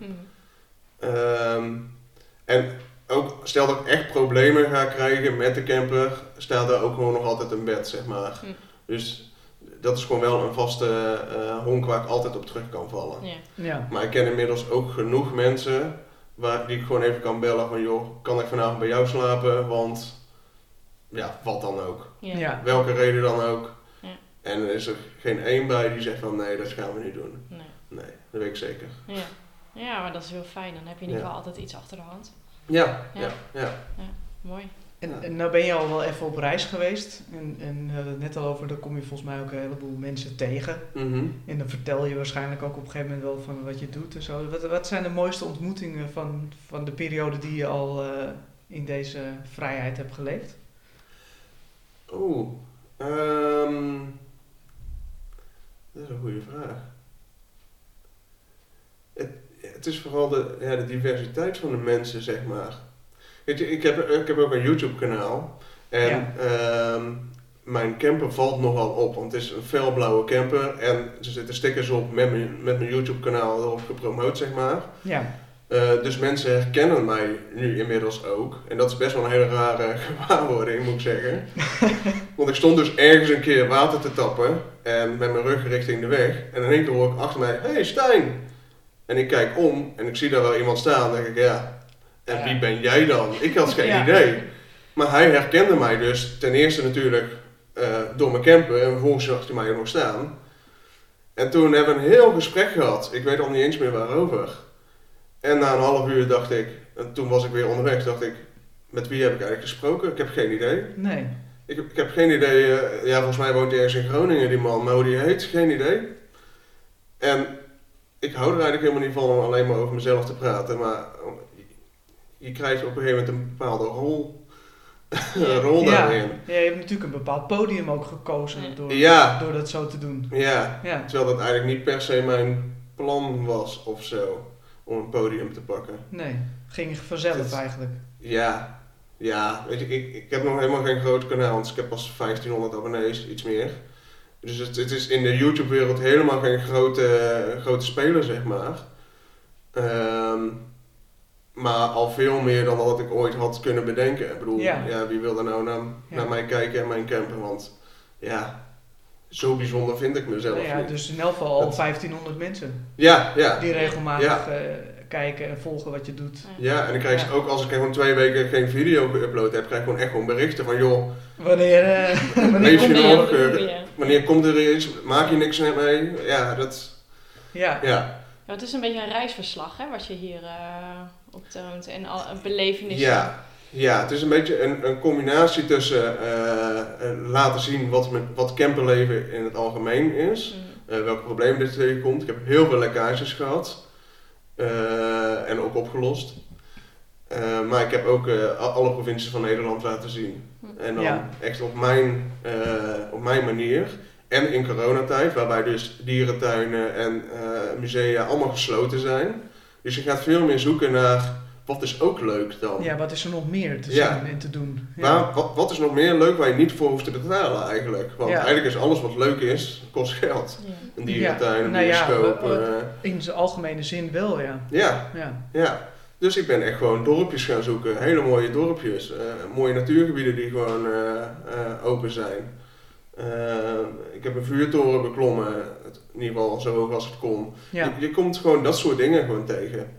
En ook, stel dat ik echt problemen ga krijgen met de camper, staat daar ook gewoon nog altijd een bed, zeg maar. Dus dat is gewoon wel een vaste honk waar ik altijd op terug kan vallen. Ja. Maar ik ken inmiddels ook genoeg mensen die ik gewoon even kan bellen van joh, kan ik vanavond bij jou slapen? Want ja, wat dan ook. Ja. Welke reden dan ook. Ja. En er is er geen één bij die zegt van nee, dat gaan we niet doen. Nee, dat weet ik zeker. Ja, maar dat is heel fijn. Dan heb je in ieder geval altijd iets achter de hand. Ja. Mooi. En nou ben je al wel even op reis geweest en net al over, daar kom je volgens mij ook een heleboel mensen tegen. En dan vertel je waarschijnlijk ook op een gegeven moment wel van wat je doet en zo. Wat zijn de mooiste ontmoetingen van de periode die je al in deze vrijheid hebt geleefd? Dat is een goede vraag. Het is vooral de diversiteit van de mensen, zeg maar. Weet je, ik heb ook een YouTube kanaal en mijn camper valt nogal op, want het is een felblauwe camper en er zitten stickers op met mijn YouTube kanaal erop gepromoot, zeg maar. Ja. Dus mensen herkennen mij nu inmiddels ook en dat is best wel een hele rare gewaarwording, moet ik zeggen. Want ik stond dus ergens een keer water te tappen en met mijn rug richting de weg en in één keer hoor ik achter mij, hey Stijn! En ik kijk om en ik zie daar wel iemand staan en denk ik, en wie ben jij dan? Ik had geen idee. Maar hij herkende mij dus ten eerste natuurlijk door mijn camper en vervolgens zag hij mij nog staan. En toen hebben we een heel gesprek gehad. Ik weet al niet eens meer waarover. En na een half uur dacht ik, en toen was ik weer onderweg, dacht ik, met wie heb ik eigenlijk gesproken? Ik heb geen idee. Nee. Ik heb geen idee, volgens mij woont hij ergens in Groningen die man, maar hoe die heet, geen idee. En ik hou er eigenlijk helemaal niet van om alleen maar over mezelf te praten, maar je krijgt op een gegeven moment een bepaalde rol daarin. Ja, je hebt natuurlijk een bepaald podium ook gekozen door dat zo te doen. Ja, terwijl dat eigenlijk niet per se mijn plan was of zo, om een podium te pakken. Nee, ging vanzelf eigenlijk. Ja, weet je, ik heb nog helemaal geen groot kanaal, want ik heb pas 1500 abonnees, iets meer. Dus het is in de YouTube-wereld helemaal geen grote speler, zeg maar. Maar al veel meer dan dat ik ooit had kunnen bedenken. Ik bedoel, wie wil er nou naar mij kijken en mijn camper? Want zo bijzonder vind ik mezelf niet. Dus in elk geval al 1500 mensen. Die regelmatig kijken en volgen wat je doet. Ja, en dan krijg je ook als ik gewoon 2 weken geen video geüpload heb, krijg ik gewoon echt gewoon berichten van joh. Wanneer leef je nog? Wanneer komt er iets? Maak je niks mee? Ja, dat... Ja, het is een beetje een reisverslag, hè, wat je hier optoont en belevenissen. Ja, het is een beetje een combinatie tussen laten zien wat camperleven in het algemeen is. Welke problemen dit tegenkomt. Ik heb heel veel lekkages gehad. En ook opgelost. Maar ik heb ook alle provincies van Nederland laten zien. En dan echt op mijn manier. En in coronatijd, waarbij dus dierentuinen en musea allemaal gesloten zijn. Dus je gaat veel meer zoeken naar wat is ook leuk dan. Ja, wat is er nog meer te zien en te doen. Ja. Maar wat is nog meer leuk waar je niet voor hoeft te betalen eigenlijk? Want eigenlijk is alles wat leuk is, kost geld. Ja. Een dierentuin, een bioscoop. In zijn algemene zin wel, Ja. Dus ik ben echt gewoon dorpjes gaan zoeken. Hele mooie dorpjes. Mooie natuurgebieden die gewoon open zijn. Ik heb een vuurtoren beklommen. In ieder geval zo hoog als het kon. Ja. Je komt gewoon dat soort dingen gewoon tegen.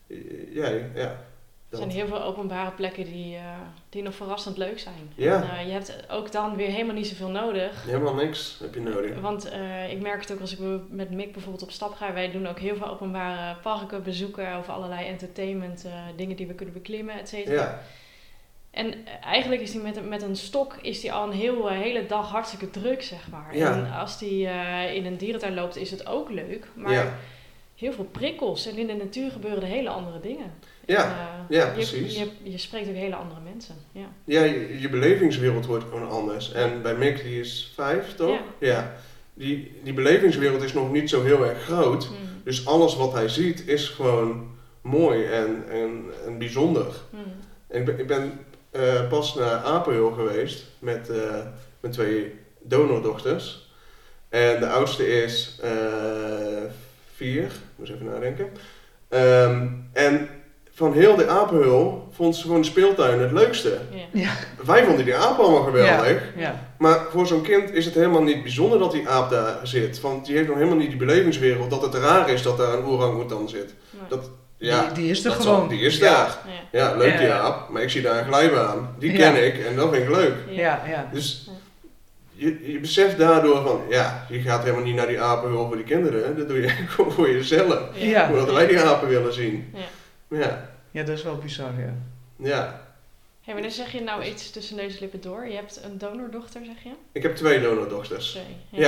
Er zijn heel veel openbare plekken die nog verrassend leuk zijn. Ja. En, je hebt ook dan weer helemaal niet zoveel nodig. Helemaal niks heb je nodig. Want ik merk het ook als ik met Mick bijvoorbeeld op stap ga. Wij doen ook heel veel openbare parken bezoeken over allerlei entertainment dingen die we kunnen beklimmen, et cetera. Ja. En eigenlijk is hij met een stok is die al een hele dag hartstikke druk, zeg maar. Ja. En als die in een dierentuin loopt, is het ook leuk. Maar heel veel prikkels. En in de natuur gebeuren er hele andere dingen. Ja, precies. Je spreekt ook hele andere mensen. Ja, je belevingswereld wordt gewoon anders. En bij Mick, die is 5, toch? Ja. Die belevingswereld is nog niet zo heel erg groot. Dus alles wat hij ziet is gewoon mooi en bijzonder. En ik ben pas naar Apeldoorn geweest met mijn 2 donordochters. En de oudste is 4, moet even nadenken. En van heel de apenhul vond ze gewoon de speeltuin het leukste. Ja. Wij vonden die aap allemaal geweldig. Ja. Maar voor zo'n kind is het helemaal niet bijzonder dat die aap daar zit. Want die heeft nog helemaal niet die belevingswereld dat het raar is dat daar een orang-oetan zit. Nee. Die is er gewoon. Die is daar. Ja, leuk die aap. Maar ik zie daar een glijbaan. Die ken ik en dat vind ik leuk. Ja. Dus je beseft daardoor van, je gaat helemaal niet naar die apenhul voor die kinderen. Dat doe je gewoon voor jezelf. Ja. Omdat wij die apen willen zien. Ja, dat is wel bizar, Ja. Hey, wanneer zeg je nou iets tussen neus en lippen door? Je hebt een donordochter, zeg je? Ik heb 2 donordochters. 2,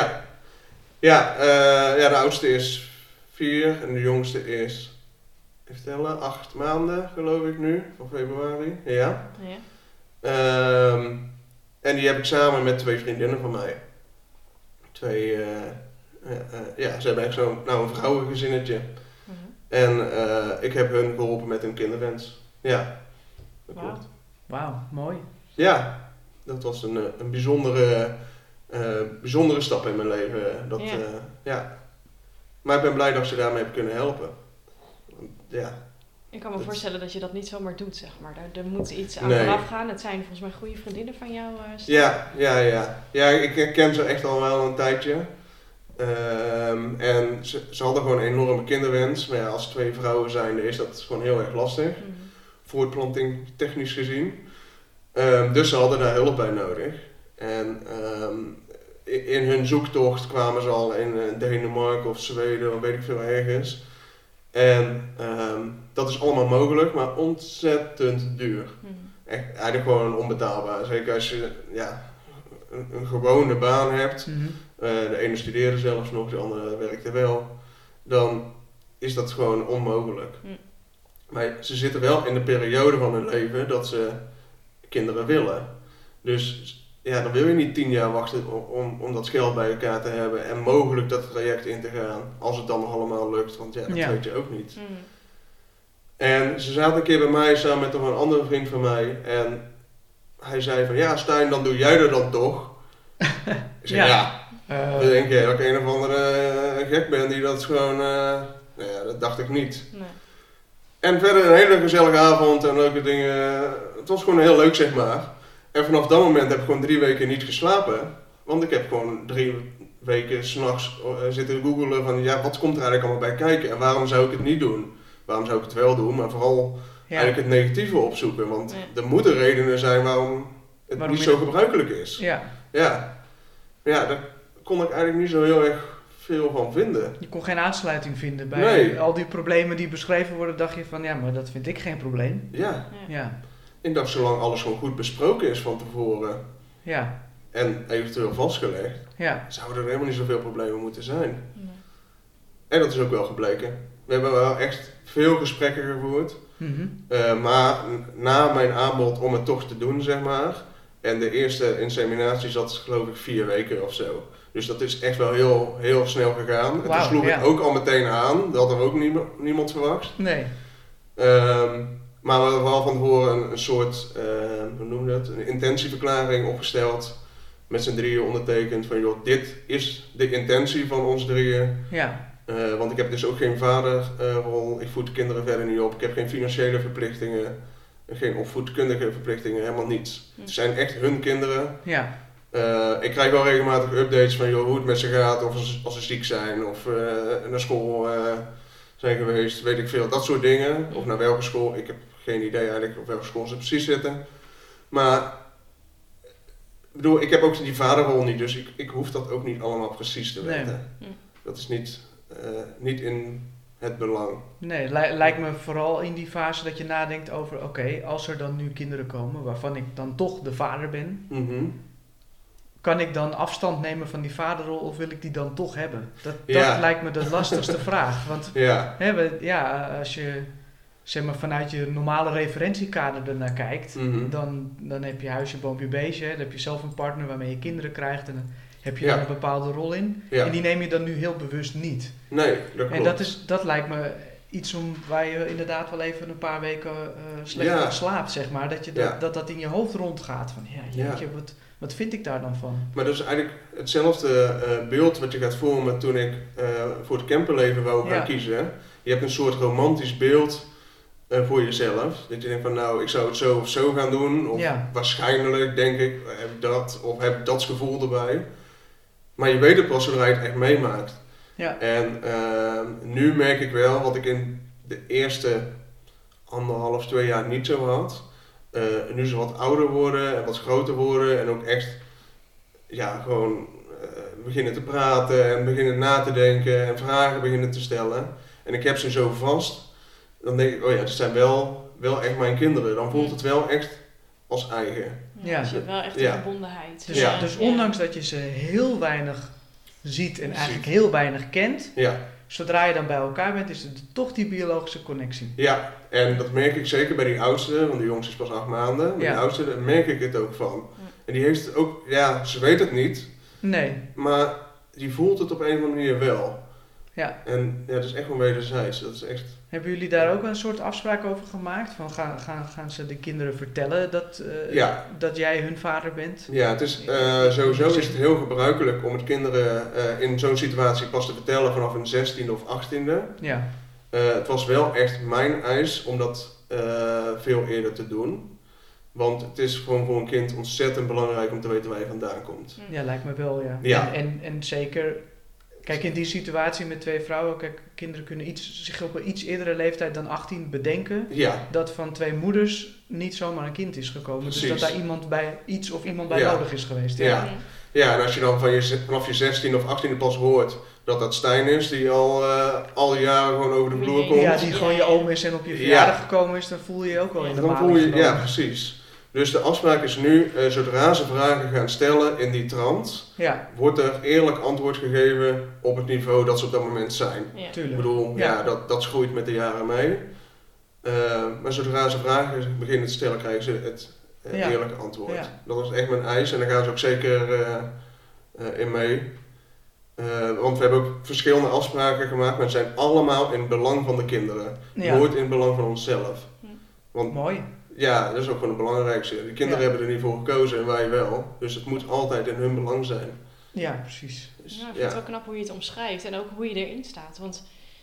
de oudste is 4 en de jongste is, even tellen, 8 maanden geloof ik nu, van februari. Ja. En die heb ik samen met 2 vriendinnen van mij. Ze hebben echt zo'n een vrouwengezinnetje. En ik heb hun geholpen met hun kinderwens. Ja, dat klopt. Wauw, mooi. Ja, dat was een bijzondere stap in mijn leven. Maar ik ben blij dat ze daarmee heb kunnen helpen. Ik kan me voorstellen dat je dat niet zomaar doet, zeg maar. Er moet iets aan vooraf gaan. Het zijn volgens mij goede vriendinnen van jou. Ja, ik ken ze echt al wel een tijdje. En ze hadden gewoon een enorme kinderwens. Maar als 2 vrouwen zijn, is dat gewoon heel erg lastig. Voortplanting technisch gezien. Dus ze hadden daar hulp bij nodig. En in hun zoektocht kwamen ze al in Denemarken of Zweden of weet ik veel ergens. En dat is allemaal mogelijk, maar ontzettend duur. Echt, eigenlijk gewoon onbetaalbaar. Zeker als je een gewone baan hebt. De ene studeerde zelfs nog, de andere werkte wel. Dan is dat gewoon onmogelijk. Maar ze zitten wel in de periode van hun leven dat ze kinderen willen. Dus dan wil je niet 10 jaar wachten om dat geld bij elkaar te hebben en mogelijk dat traject in te gaan. Als het dan nog allemaal lukt, want dat weet je ook niet. En ze zaten een keer bij mij samen met nog een andere vriend van mij. En hij zei van, Stijn, dan doe jij er dan toch? Ik zei, dan denk je dat ik een of andere gek ben die dat gewoon... dat dacht ik niet. Nee. En verder een hele gezellige avond en leuke dingen. Het was gewoon heel leuk, zeg maar. En vanaf dat moment heb ik gewoon 3 weken niet geslapen. Want ik heb gewoon 3 weken 's nachts zitten googelen van wat komt er eigenlijk allemaal bij kijken en waarom zou ik het niet doen? Waarom zou ik het wel doen? Maar vooral eigenlijk het negatieve opzoeken. Want er moeten redenen zijn waarom het niet zo gebruikelijk is. Ja, daar kon ik eigenlijk niet zo heel erg veel van vinden. Je kon geen aansluiting vinden bij al die problemen die beschreven worden. Dacht je van, ja, maar dat vind ik geen probleem. Ja. Ik dacht, zolang alles gewoon goed besproken is van tevoren en eventueel vastgelegd, zouden er helemaal niet zoveel problemen moeten zijn. Nee. En dat is ook wel gebleken. We hebben wel echt veel gesprekken gevoerd. Maar na mijn aanbod om het toch te doen, zeg maar, en de eerste inseminatie zat geloof ik 4 weken of zo. Dus dat is echt wel heel, heel snel gegaan. En toen sloeg ik ook al meteen aan. Dat had er ook niemand verwacht. Nee. Maar we hadden wel van tevoren een soort, hoe noem je dat? Een intentieverklaring opgesteld. Met z'n drieën ondertekend van, joh, dit is de intentie van ons drieën. Ja. Want ik heb dus ook geen vaderrol. Ik voed de kinderen verder niet op. Ik heb geen financiële verplichtingen. Geen opvoedkundige verplichtingen, helemaal niets. Het zijn echt hun kinderen. Ja. Ik krijg wel regelmatig updates van joh, hoe het met ze gaat, of als ze ziek zijn, of naar school zijn geweest, weet ik veel, dat soort dingen. Of naar welke school, ik heb geen idee eigenlijk op welke school ze precies zitten. Maar ik bedoel, ik heb ook die vaderrol niet, dus ik hoef dat ook niet allemaal precies te weten. Nee. Dat is niet in het belang. Nee, lijkt me vooral in die fase dat je nadenkt over, oké, als er dan nu kinderen komen waarvan ik dan toch de vader ben, kan ik dan afstand nemen van die vaderrol of wil ik die dan toch hebben? Dat lijkt me de lastigste vraag. Want als je zeg maar vanuit je normale referentiekader ernaar kijkt, dan heb je huisje, boompje, beestje, dan heb je zelf een partner waarmee je kinderen krijgt en dan heb je daar een bepaalde rol in. Ja. En die neem je dan nu heel bewust niet. Nee, dat klopt. En dat lijkt me iets waar je inderdaad wel even een paar weken slecht van slaapt, zeg maar. Dat je dat in je hoofd rondgaat. Van jeetje, wat vind ik daar dan van? Maar dat is eigenlijk hetzelfde beeld wat je gaat vormen toen ik voor het camperleven wou gaan kiezen. Je hebt een soort romantisch beeld voor jezelf. Dat je denkt van nou, ik zou het zo of zo gaan doen. Of waarschijnlijk denk ik, heb ik dat of heb ik dat gevoel erbij. Maar je weet het pas zodra je het echt meemaakt. Ja. En nu merk ik wel, wat ik in de eerste 1,5, 2 jaar niet zo had. Nu ze wat ouder worden en wat groter worden en ook echt gewoon beginnen te praten en beginnen na te denken en vragen beginnen te stellen. En ik heb ze zo vast, dan denk ik, oh ja, het zijn wel echt mijn kinderen. Dan voelt het wel echt als eigen. Ja, dus je hebt wel echt een verbondenheid. Dus ondanks dat je ze heel weinig ziet en eigenlijk heel weinig kent, zodra je dan bij elkaar bent, is het toch die biologische connectie. Ja, en dat merk ik zeker bij die oudste, want de jongste is pas 8 maanden. Bij die oudste, daar merk ik het ook van. En die heeft het ook, ze weet het niet. Nee. Maar die voelt het op een of andere manier wel. Ja. En dat is echt wel wederzijds. Dat is echt... Hebben jullie daar ook een soort afspraak over gemaakt? Van gaan ze de kinderen vertellen dat jij hun vader bent? Ja, het is, sowieso is het heel gebruikelijk om het kinderen in zo'n situatie pas te vertellen vanaf hun 16e of 18e. Ja. Het was wel echt mijn eis om dat veel eerder te doen. Want het is gewoon voor een kind ontzettend belangrijk om te weten waar je vandaan komt. Ja, lijkt me wel, ja. En zeker... Kijk, in die situatie met 2 vrouwen, kinderen kunnen zich op een iets eerdere leeftijd dan 18 bedenken dat van 2 moeders niet zomaar een kind is gekomen. Precies. Dus dat daar iemand bij nodig is geweest. Ja, en als je dan vanaf je 16 of 18e pas hoort dat Stijn is, die al die jaren gewoon over de vloer komt. Ja, die gewoon je oom is en op je verjaardag gekomen is, dan voel je je ook wel in de maling genomen. Ja, precies. Dus de afspraak is nu, zodra ze vragen gaan stellen in die trant, wordt er eerlijk antwoord gegeven op het niveau dat ze op dat moment zijn. Ja. Tuurlijk. Ik bedoel, dat groeit met de jaren mee. Maar zodra ze vragen beginnen te stellen, krijgen ze het eerlijke antwoord. Ja. Dat is echt mijn eis en daar gaan ze ook zeker in mee. Want we hebben ook verschillende afspraken gemaakt, maar het zijn allemaal in het belang van de kinderen. Nooit in het belang van onszelf. Want, mooi. Ja, dat is ook gewoon het belangrijkste. De kinderen hebben er niet voor gekozen en wij wel. Dus het moet altijd in hun belang zijn. Ja, precies. Dus, ik vind het wel knap hoe je het omschrijft en ook hoe je erin staat. Want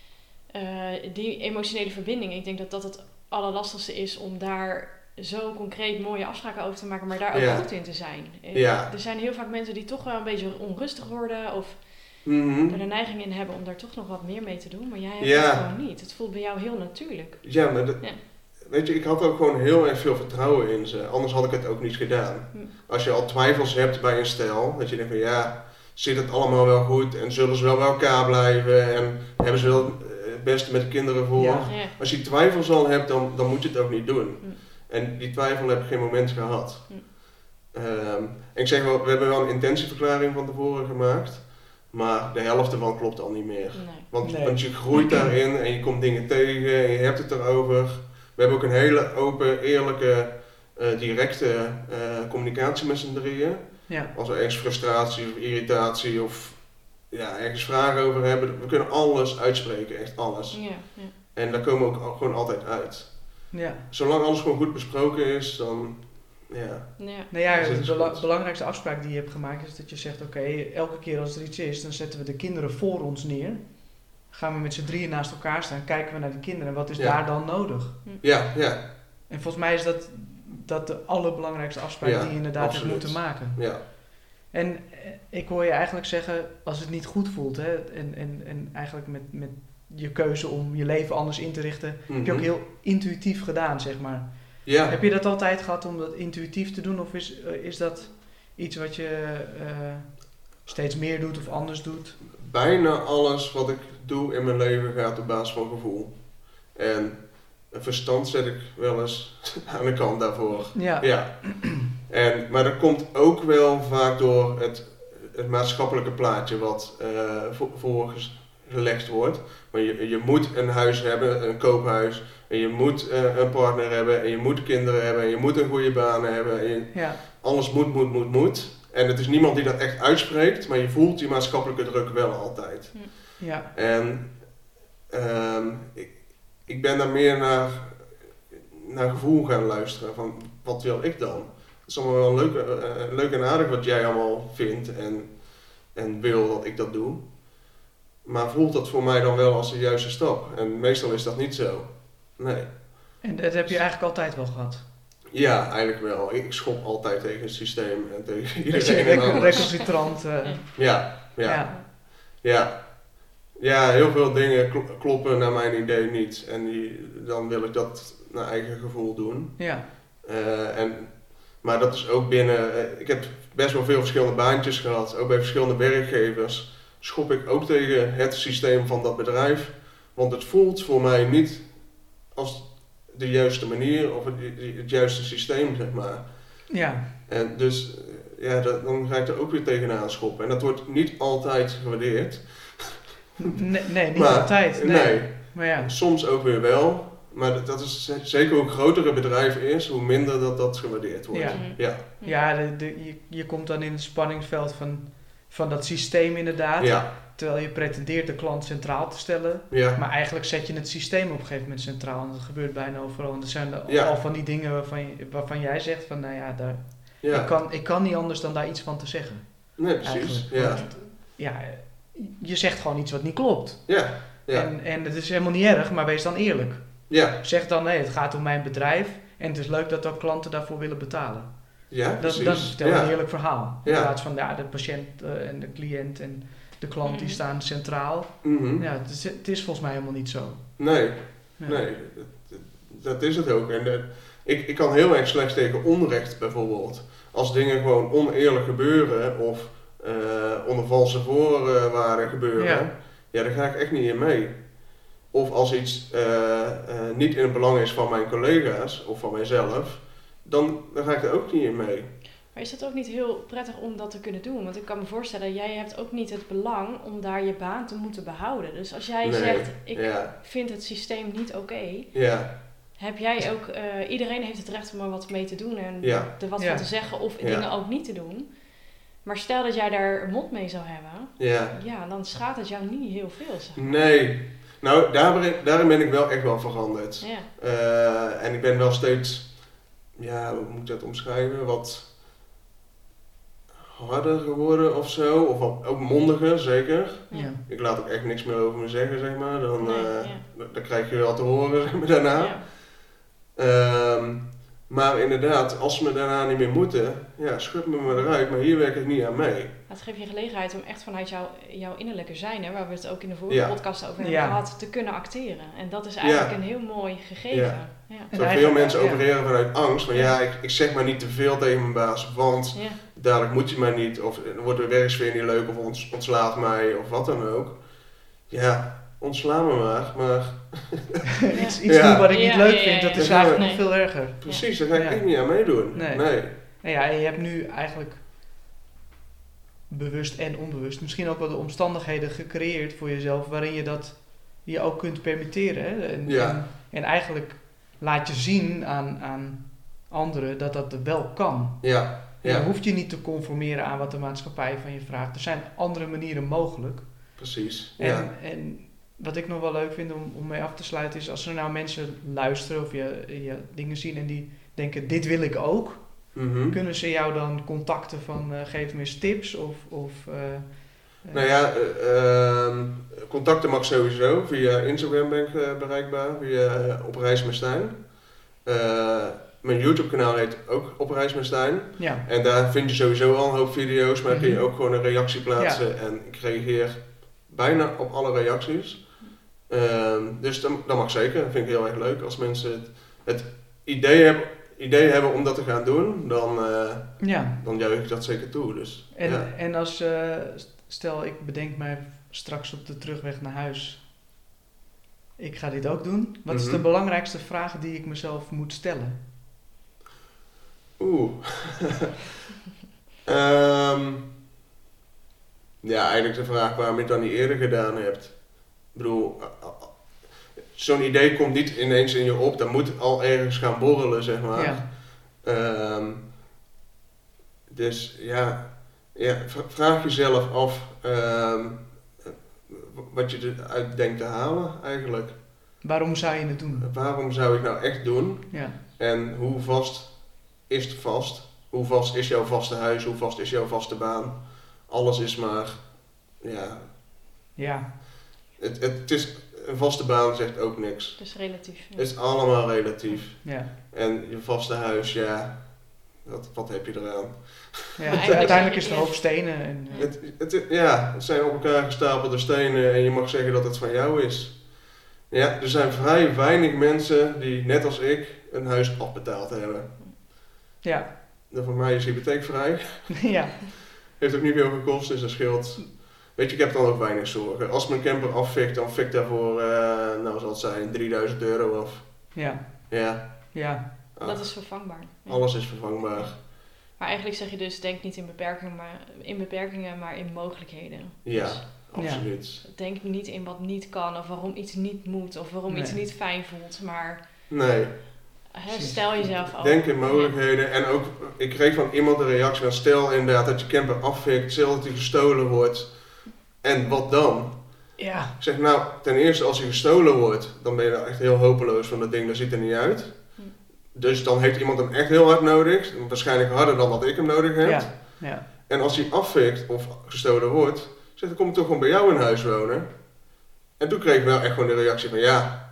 die emotionele verbinding, ik denk dat dat het allerlastigste is om daar zo concreet mooie afspraken over te maken, maar daar ook goed in te zijn. Er zijn heel vaak mensen die toch wel een beetje onrustig worden of er de neiging in hebben om daar toch nog wat meer mee te doen. Maar jij hebt het gewoon niet. Het voelt bij jou heel natuurlijk. Ja, maar weet je, ik had ook gewoon heel erg veel vertrouwen in ze. Anders had ik het ook niet gedaan. Als je al twijfels hebt bij een stel, dat je denkt van zit het allemaal wel goed en zullen ze wel bij elkaar blijven en hebben ze wel het beste met de kinderen voor. Ja. Als je twijfels al hebt, dan moet je het ook niet doen. En die twijfel heb ik geen moment gehad. En ik zeg wel, we hebben wel een intentieverklaring van tevoren gemaakt, maar de helft ervan klopt al niet meer. Want je groeit daarin en je komt dingen tegen en je hebt het erover. We hebben ook een hele open, eerlijke, directe communicatie met z'n drieën. Ja. Als we ergens frustratie of irritatie of ergens vragen over hebben, we kunnen alles uitspreken, echt alles. En daar komen we ook gewoon altijd uit. Ja. Zolang alles gewoon goed besproken is, dan de belangrijkste afspraak die je hebt gemaakt is dat je zegt, oké, elke keer als er iets is, dan zetten we de kinderen voor ons neer. Gaan we met z'n drieën naast elkaar staan, kijken we naar de kinderen en wat is daar dan nodig? Ja. En volgens mij is dat de allerbelangrijkste afspraak die je inderdaad hebt moeten maken. Ja. En ik hoor je eigenlijk zeggen, als het niet goed voelt, hè, en eigenlijk met je keuze om je leven anders in te richten, heb je ook heel intuïtief gedaan, zeg maar. Ja. Heb je dat altijd gehad om dat intuïtief te doen, of is dat iets wat je steeds meer doet of anders doet? Bijna alles wat ik doe in mijn leven gaat op basis van gevoel. En verstand zet ik wel eens aan de kant daarvoor. Ja. Maar dat komt ook wel vaak door het maatschappelijke plaatje wat voorgelegd wordt. Maar je moet een huis hebben, een koophuis. En je moet een partner hebben. En je moet kinderen hebben. En je moet een goede baan hebben. Alles moet. En het is niemand die dat echt uitspreekt. Maar je voelt die maatschappelijke druk wel altijd. Ja. En ik ben daar meer naar gevoel gaan luisteren. Van wat wil ik dan? Het is allemaal wel leuk en aardig wat jij allemaal vindt en wil dat ik dat doe. Maar voelt dat voor mij dan wel als de juiste stap? En meestal is dat niet zo. Nee. En dat heb je eigenlijk altijd wel gehad? Ja, eigenlijk wel. Ik schop altijd tegen het systeem en tegen iedereen. Recalcitrant. Ja, heel veel dingen kloppen naar mijn idee niet. En dan wil ik dat naar eigen gevoel doen. Ja. Maar dat is ook binnen, ik heb best wel veel verschillende baantjes gehad, ook bij verschillende werkgevers schop ik ook tegen het systeem van dat bedrijf, want het voelt voor mij niet als de juiste manier of het juiste systeem, zeg maar. Ja. En dus, dan ga ik er ook weer tegenaan schoppen en dat wordt niet altijd gewaardeerd. Nee, niet altijd. Nee. Maar ja. Soms ook weer wel. Maar dat is zeker hoe groter het bedrijf is, hoe minder dat gewaardeerd wordt. Je komt dan in het spanningsveld van dat systeem inderdaad. Ja. Terwijl je pretendeert de klant centraal te stellen. Ja. Maar eigenlijk zet je het systeem op een gegeven moment centraal. En dat gebeurt bijna overal. En er zijn al van die dingen waarvan jij zegt van ik kan niet anders dan daar iets van te zeggen. Nee, precies. Je zegt gewoon iets wat niet klopt. Ja. En het is helemaal niet erg, maar wees dan eerlijk. Ja. Zeg dan, het gaat om mijn bedrijf en het is leuk dat ook klanten daarvoor willen betalen. Ja, dan vertel je een eerlijk verhaal. In plaats van de patiënt en de cliënt en de klant die staan centraal. Mm-hmm. Ja, het is volgens mij helemaal niet zo. Nee, dat is het ook. En ik kan heel erg slecht tegen onrecht bijvoorbeeld. Als dingen gewoon oneerlijk gebeuren of onder valse voorwaarden gebeuren, daar ga ik echt niet in mee. Of als iets niet in het belang is van mijn collega's of van mijzelf, dan ga ik er ook niet in mee. Maar is het ook niet heel prettig om dat te kunnen doen? Want ik kan me voorstellen, jij hebt ook niet het belang om daar je baan te moeten behouden. Dus als jij zegt, ik vind het systeem niet oké, heb jij ook, iedereen heeft het recht om er wat mee te doen en er wat van te zeggen of dingen ook niet te doen. Maar stel dat jij daar een mond mee zou hebben, dan schaadt het jou niet heel veel. Zeg maar. Nee, nou daarin ben ik wel echt wel veranderd. Ja. En ik ben wel steeds, hoe moet ik dat omschrijven, wat harder geworden of zo. Of ook mondiger, zeker. Ja. Ik laat ook echt niks meer over me zeggen, zeg maar. Dan krijg je wel te horen, zeg maar, daarna. Ja. Maar inderdaad, als ze me daarna niet meer moeten, schud me maar eruit, maar hier werk ik niet aan mee. Het geeft je gelegenheid om echt vanuit jouw innerlijke zijn, waar we het ook in de vorige podcast over hebben gehad, te kunnen acteren. En dat is eigenlijk een heel mooi gegeven. Ja. Veel mensen opereren vanuit angst, maar ik zeg maar niet te veel tegen mijn baas, want dadelijk moet je maar niet, of dan wordt de werksfeer niet leuk, of ontslaat mij, of wat dan ook. Ja, ontsla me maar... iets doen wat ik niet leuk vind, dat is eigenlijk nog veel erger. Precies, daar ga ik echt niet aan meedoen. Nee. Nou ja, en je hebt nu eigenlijk bewust en onbewust misschien ook wel de omstandigheden gecreëerd voor jezelf waarin je dat je ook kunt permitteren. Hè? En eigenlijk laat je zien aan anderen dat dat wel kan. Ja. Je hoeft je niet te conformeren aan wat de maatschappij van je vraagt. Er zijn andere manieren mogelijk. Precies. En wat ik nog wel leuk vind om mee af te sluiten is als er nou mensen luisteren of je dingen zien en die denken dit wil ik ook. Mm-hmm. Kunnen ze jou dan contacten van geef me eens tips contacten mag sowieso. Via Instagram ben ik bereikbaar, via Op Reis met Stijn. Mijn YouTube kanaal heet ook Op Reis met Stijn. Ja. En daar vind je sowieso al een hoop video's, maar kun je ook gewoon een reactie plaatsen. Ja. En ik reageer bijna op alle reacties. Dus dat mag zeker. Dat vind ik heel erg leuk. Als mensen het idee hebben om dat te gaan doen, dan juich ik dat zeker toe. Dus, en als, stel ik bedenk mij straks op de terugweg naar huis, ik ga dit ook doen. Wat is de belangrijkste vraag die ik mezelf moet stellen? Eigenlijk de vraag waarom je het dan niet eerder gedaan hebt. Ik bedoel, zo'n idee komt niet ineens in je op, dat moet al ergens gaan borrelen, zeg maar. Ja. Dus vraag jezelf af wat je eruit denkt te halen eigenlijk. Waarom zou je het doen? Waarom zou je het nou echt doen? Ja. En hoe vast is het vast? Hoe vast is jouw vaste huis? Hoe vast is jouw vaste baan? Alles is maar, Het is, een vaste baan zegt ook niks. Het is relatief. Ja. Het is allemaal relatief. Ja. En je vaste huis, wat heb je eraan? Ja, uiteindelijk is het een hoop stenen. En, het zijn op elkaar gestapelde stenen en je mag zeggen dat het van jou is. Ja, er zijn vrij weinig mensen die, net als ik, een huis afbetaald hebben. Ja. Voor mij is hypotheekvrij. Ja. Heeft ook niet veel gekost, dus dat scheelt. Weet je, ik heb dan ook weinig zorgen. Als mijn camper afvikt, dan fikt daarvoor, zal het zijn, €3000 af. Ja. Ja. Ja. Dat is vervangbaar. Ja. Alles is vervangbaar. Maar eigenlijk zeg je dus, denk niet in beperkingen, maar in mogelijkheden. Ja, dus, absoluut. Denk niet in wat niet kan, of waarom iets niet moet, of waarom iets niet fijn voelt, maar... Nee. Stel jezelf ook. Denk in mogelijkheden. En ook, ik kreeg van iemand een reactie van, stel inderdaad dat je camper afvikt, stel dat die gestolen wordt. En wat dan? Ja. Ik zeg, nou, ten eerste als hij gestolen wordt, dan ben je echt heel hopeloos van dat ding, dat ziet er niet uit. Dus dan heeft iemand hem echt heel hard nodig. Waarschijnlijk harder dan dat ik hem nodig heb. Ja. En als hij afvikt of gestolen wordt, zeg, dan kom ik toch gewoon bij jou in huis wonen. En toen kreeg ik wel echt gewoon de reactie van, ja,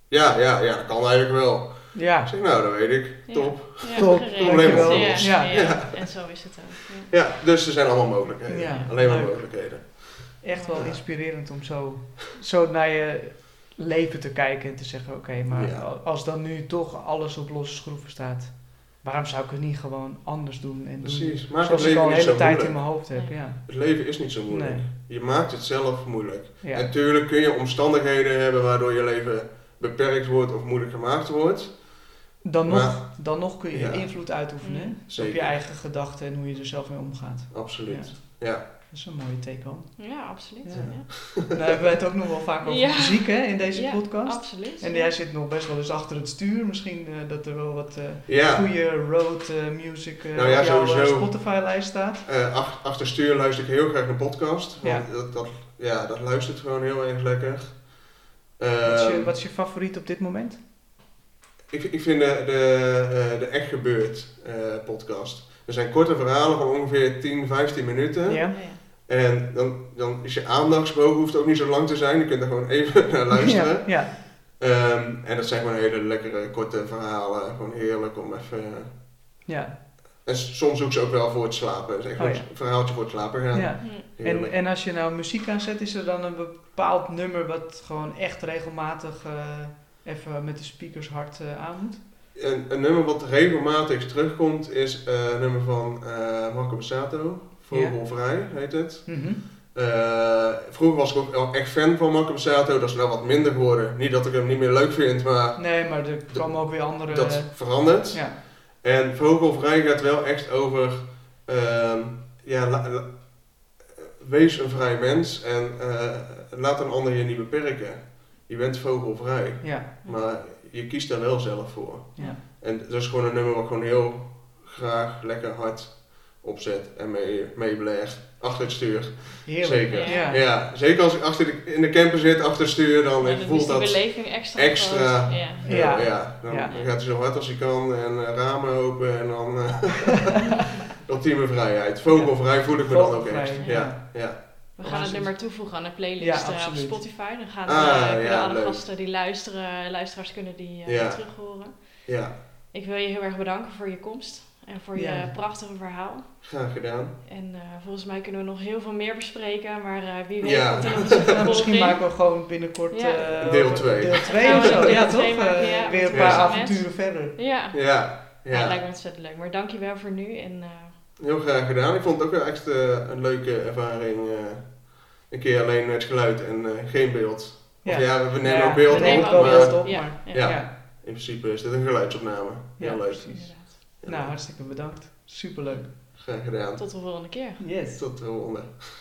dat kan eigenlijk wel. Ja. Ik zeg, nou, dat weet ik. Top. Ja, top. Probleem wel. Ja. En zo is het ook. Ja, dus er zijn allemaal mogelijkheden. Ja. Alleen maar mogelijkheden. Echt wel inspirerend om zo naar je leven te kijken en te zeggen, oké, maar als dan nu toch alles op losse schroeven staat, waarom zou ik het niet gewoon anders doen en Precies. doen zoals ik al een hele tijd in mijn hoofd heb. Ja. Het leven is niet zo moeilijk. Nee. Je maakt het zelf moeilijk. Ja. En natuurlijk kun je omstandigheden hebben waardoor je leven beperkt wordt of moeilijk gemaakt wordt. Dan nog kun je invloed uitoefenen op je eigen gedachten en hoe je er zelf mee omgaat. Absoluut. Ja. Dat is een mooie take-home. Ja, absoluut. Ja. Nou hebben wij het ook nog wel vaak over muziek in deze podcast. Absoluut. En jij zit nog best wel eens achter het stuur. Misschien dat er wel wat goede road music op jouw Spotify-lijst staat. Achter stuur luister ik heel graag een podcast. Want dat luistert gewoon heel erg lekker. Wat is je favoriet op dit moment? Ik vind de Echt Gebeurd podcast. Er zijn korte verhalen van ongeveer 10-15 minuten. Ja. En dan is je aandachtsboog hoeft ook niet zo lang te zijn. Je kunt er gewoon even naar luisteren. Ja. En dat zijn gewoon hele lekkere korte verhalen. Gewoon heerlijk om even... Ja. En soms zoek ze ook wel voor het slapen. Dus echt een verhaaltje voor het slapen gaan. Ja. En als je nou muziek aanzet, is er dan een bepaald nummer wat gewoon echt regelmatig even met de speakers hard aan moet? Een nummer wat regelmatig terugkomt is een nummer van Marco Borsato. Vogelvrij heet het. Vroeger was ik ook echt fan van Marco Borsato, dat is nou wat minder geworden. Niet dat ik hem niet meer leuk vind, maar... Nee, maar er kwam ook weer andere... Dat verandert. Ja. En Vogelvrij gaat wel echt over... wees een vrij mens en laat een ander je niet beperken. Je bent vogelvrij, maar je kiest daar wel zelf voor. Ja. En dat is gewoon een nummer wat ik gewoon heel graag lekker hard opzet en mee blaast. Achter het stuur. Heerlijk. Zeker. Ja, zeker als ik in de camper zit achter het stuur, dan voelt dat beleving extra. Dan gaat hij zo hard als hij kan en ramen open en dan ultieme vrijheid. Vogelvrij voel ik me dan ook echt. We gaan het nummer toevoegen aan de playlist op Spotify. Dan gaan alle gasten die luisteraars kunnen die terug horen. Ja. Ik wil je heel erg bedanken voor je komst. En voor je prachtige verhaal. Graag gedaan. En volgens mij kunnen we nog heel veel meer bespreken, maar wie weet komt er nog misschien maken we gewoon binnenkort deel 2. Deel 2 of zo, toch? Weer een paar avonturen verder. Ja, lijkt me ontzettend leuk. Maar dankjewel voor nu. En, heel graag gedaan. Ik vond het ook wel echt een leuke ervaring. Een keer alleen het geluid en geen beeld. Ja. We nemen ook beeld op. Maar in principe is dit een geluidsopname. Heel leuk. Precies. Nou, hartstikke bedankt. Superleuk. Graag gedaan. Tot de volgende keer. Yes. Tot de volgende.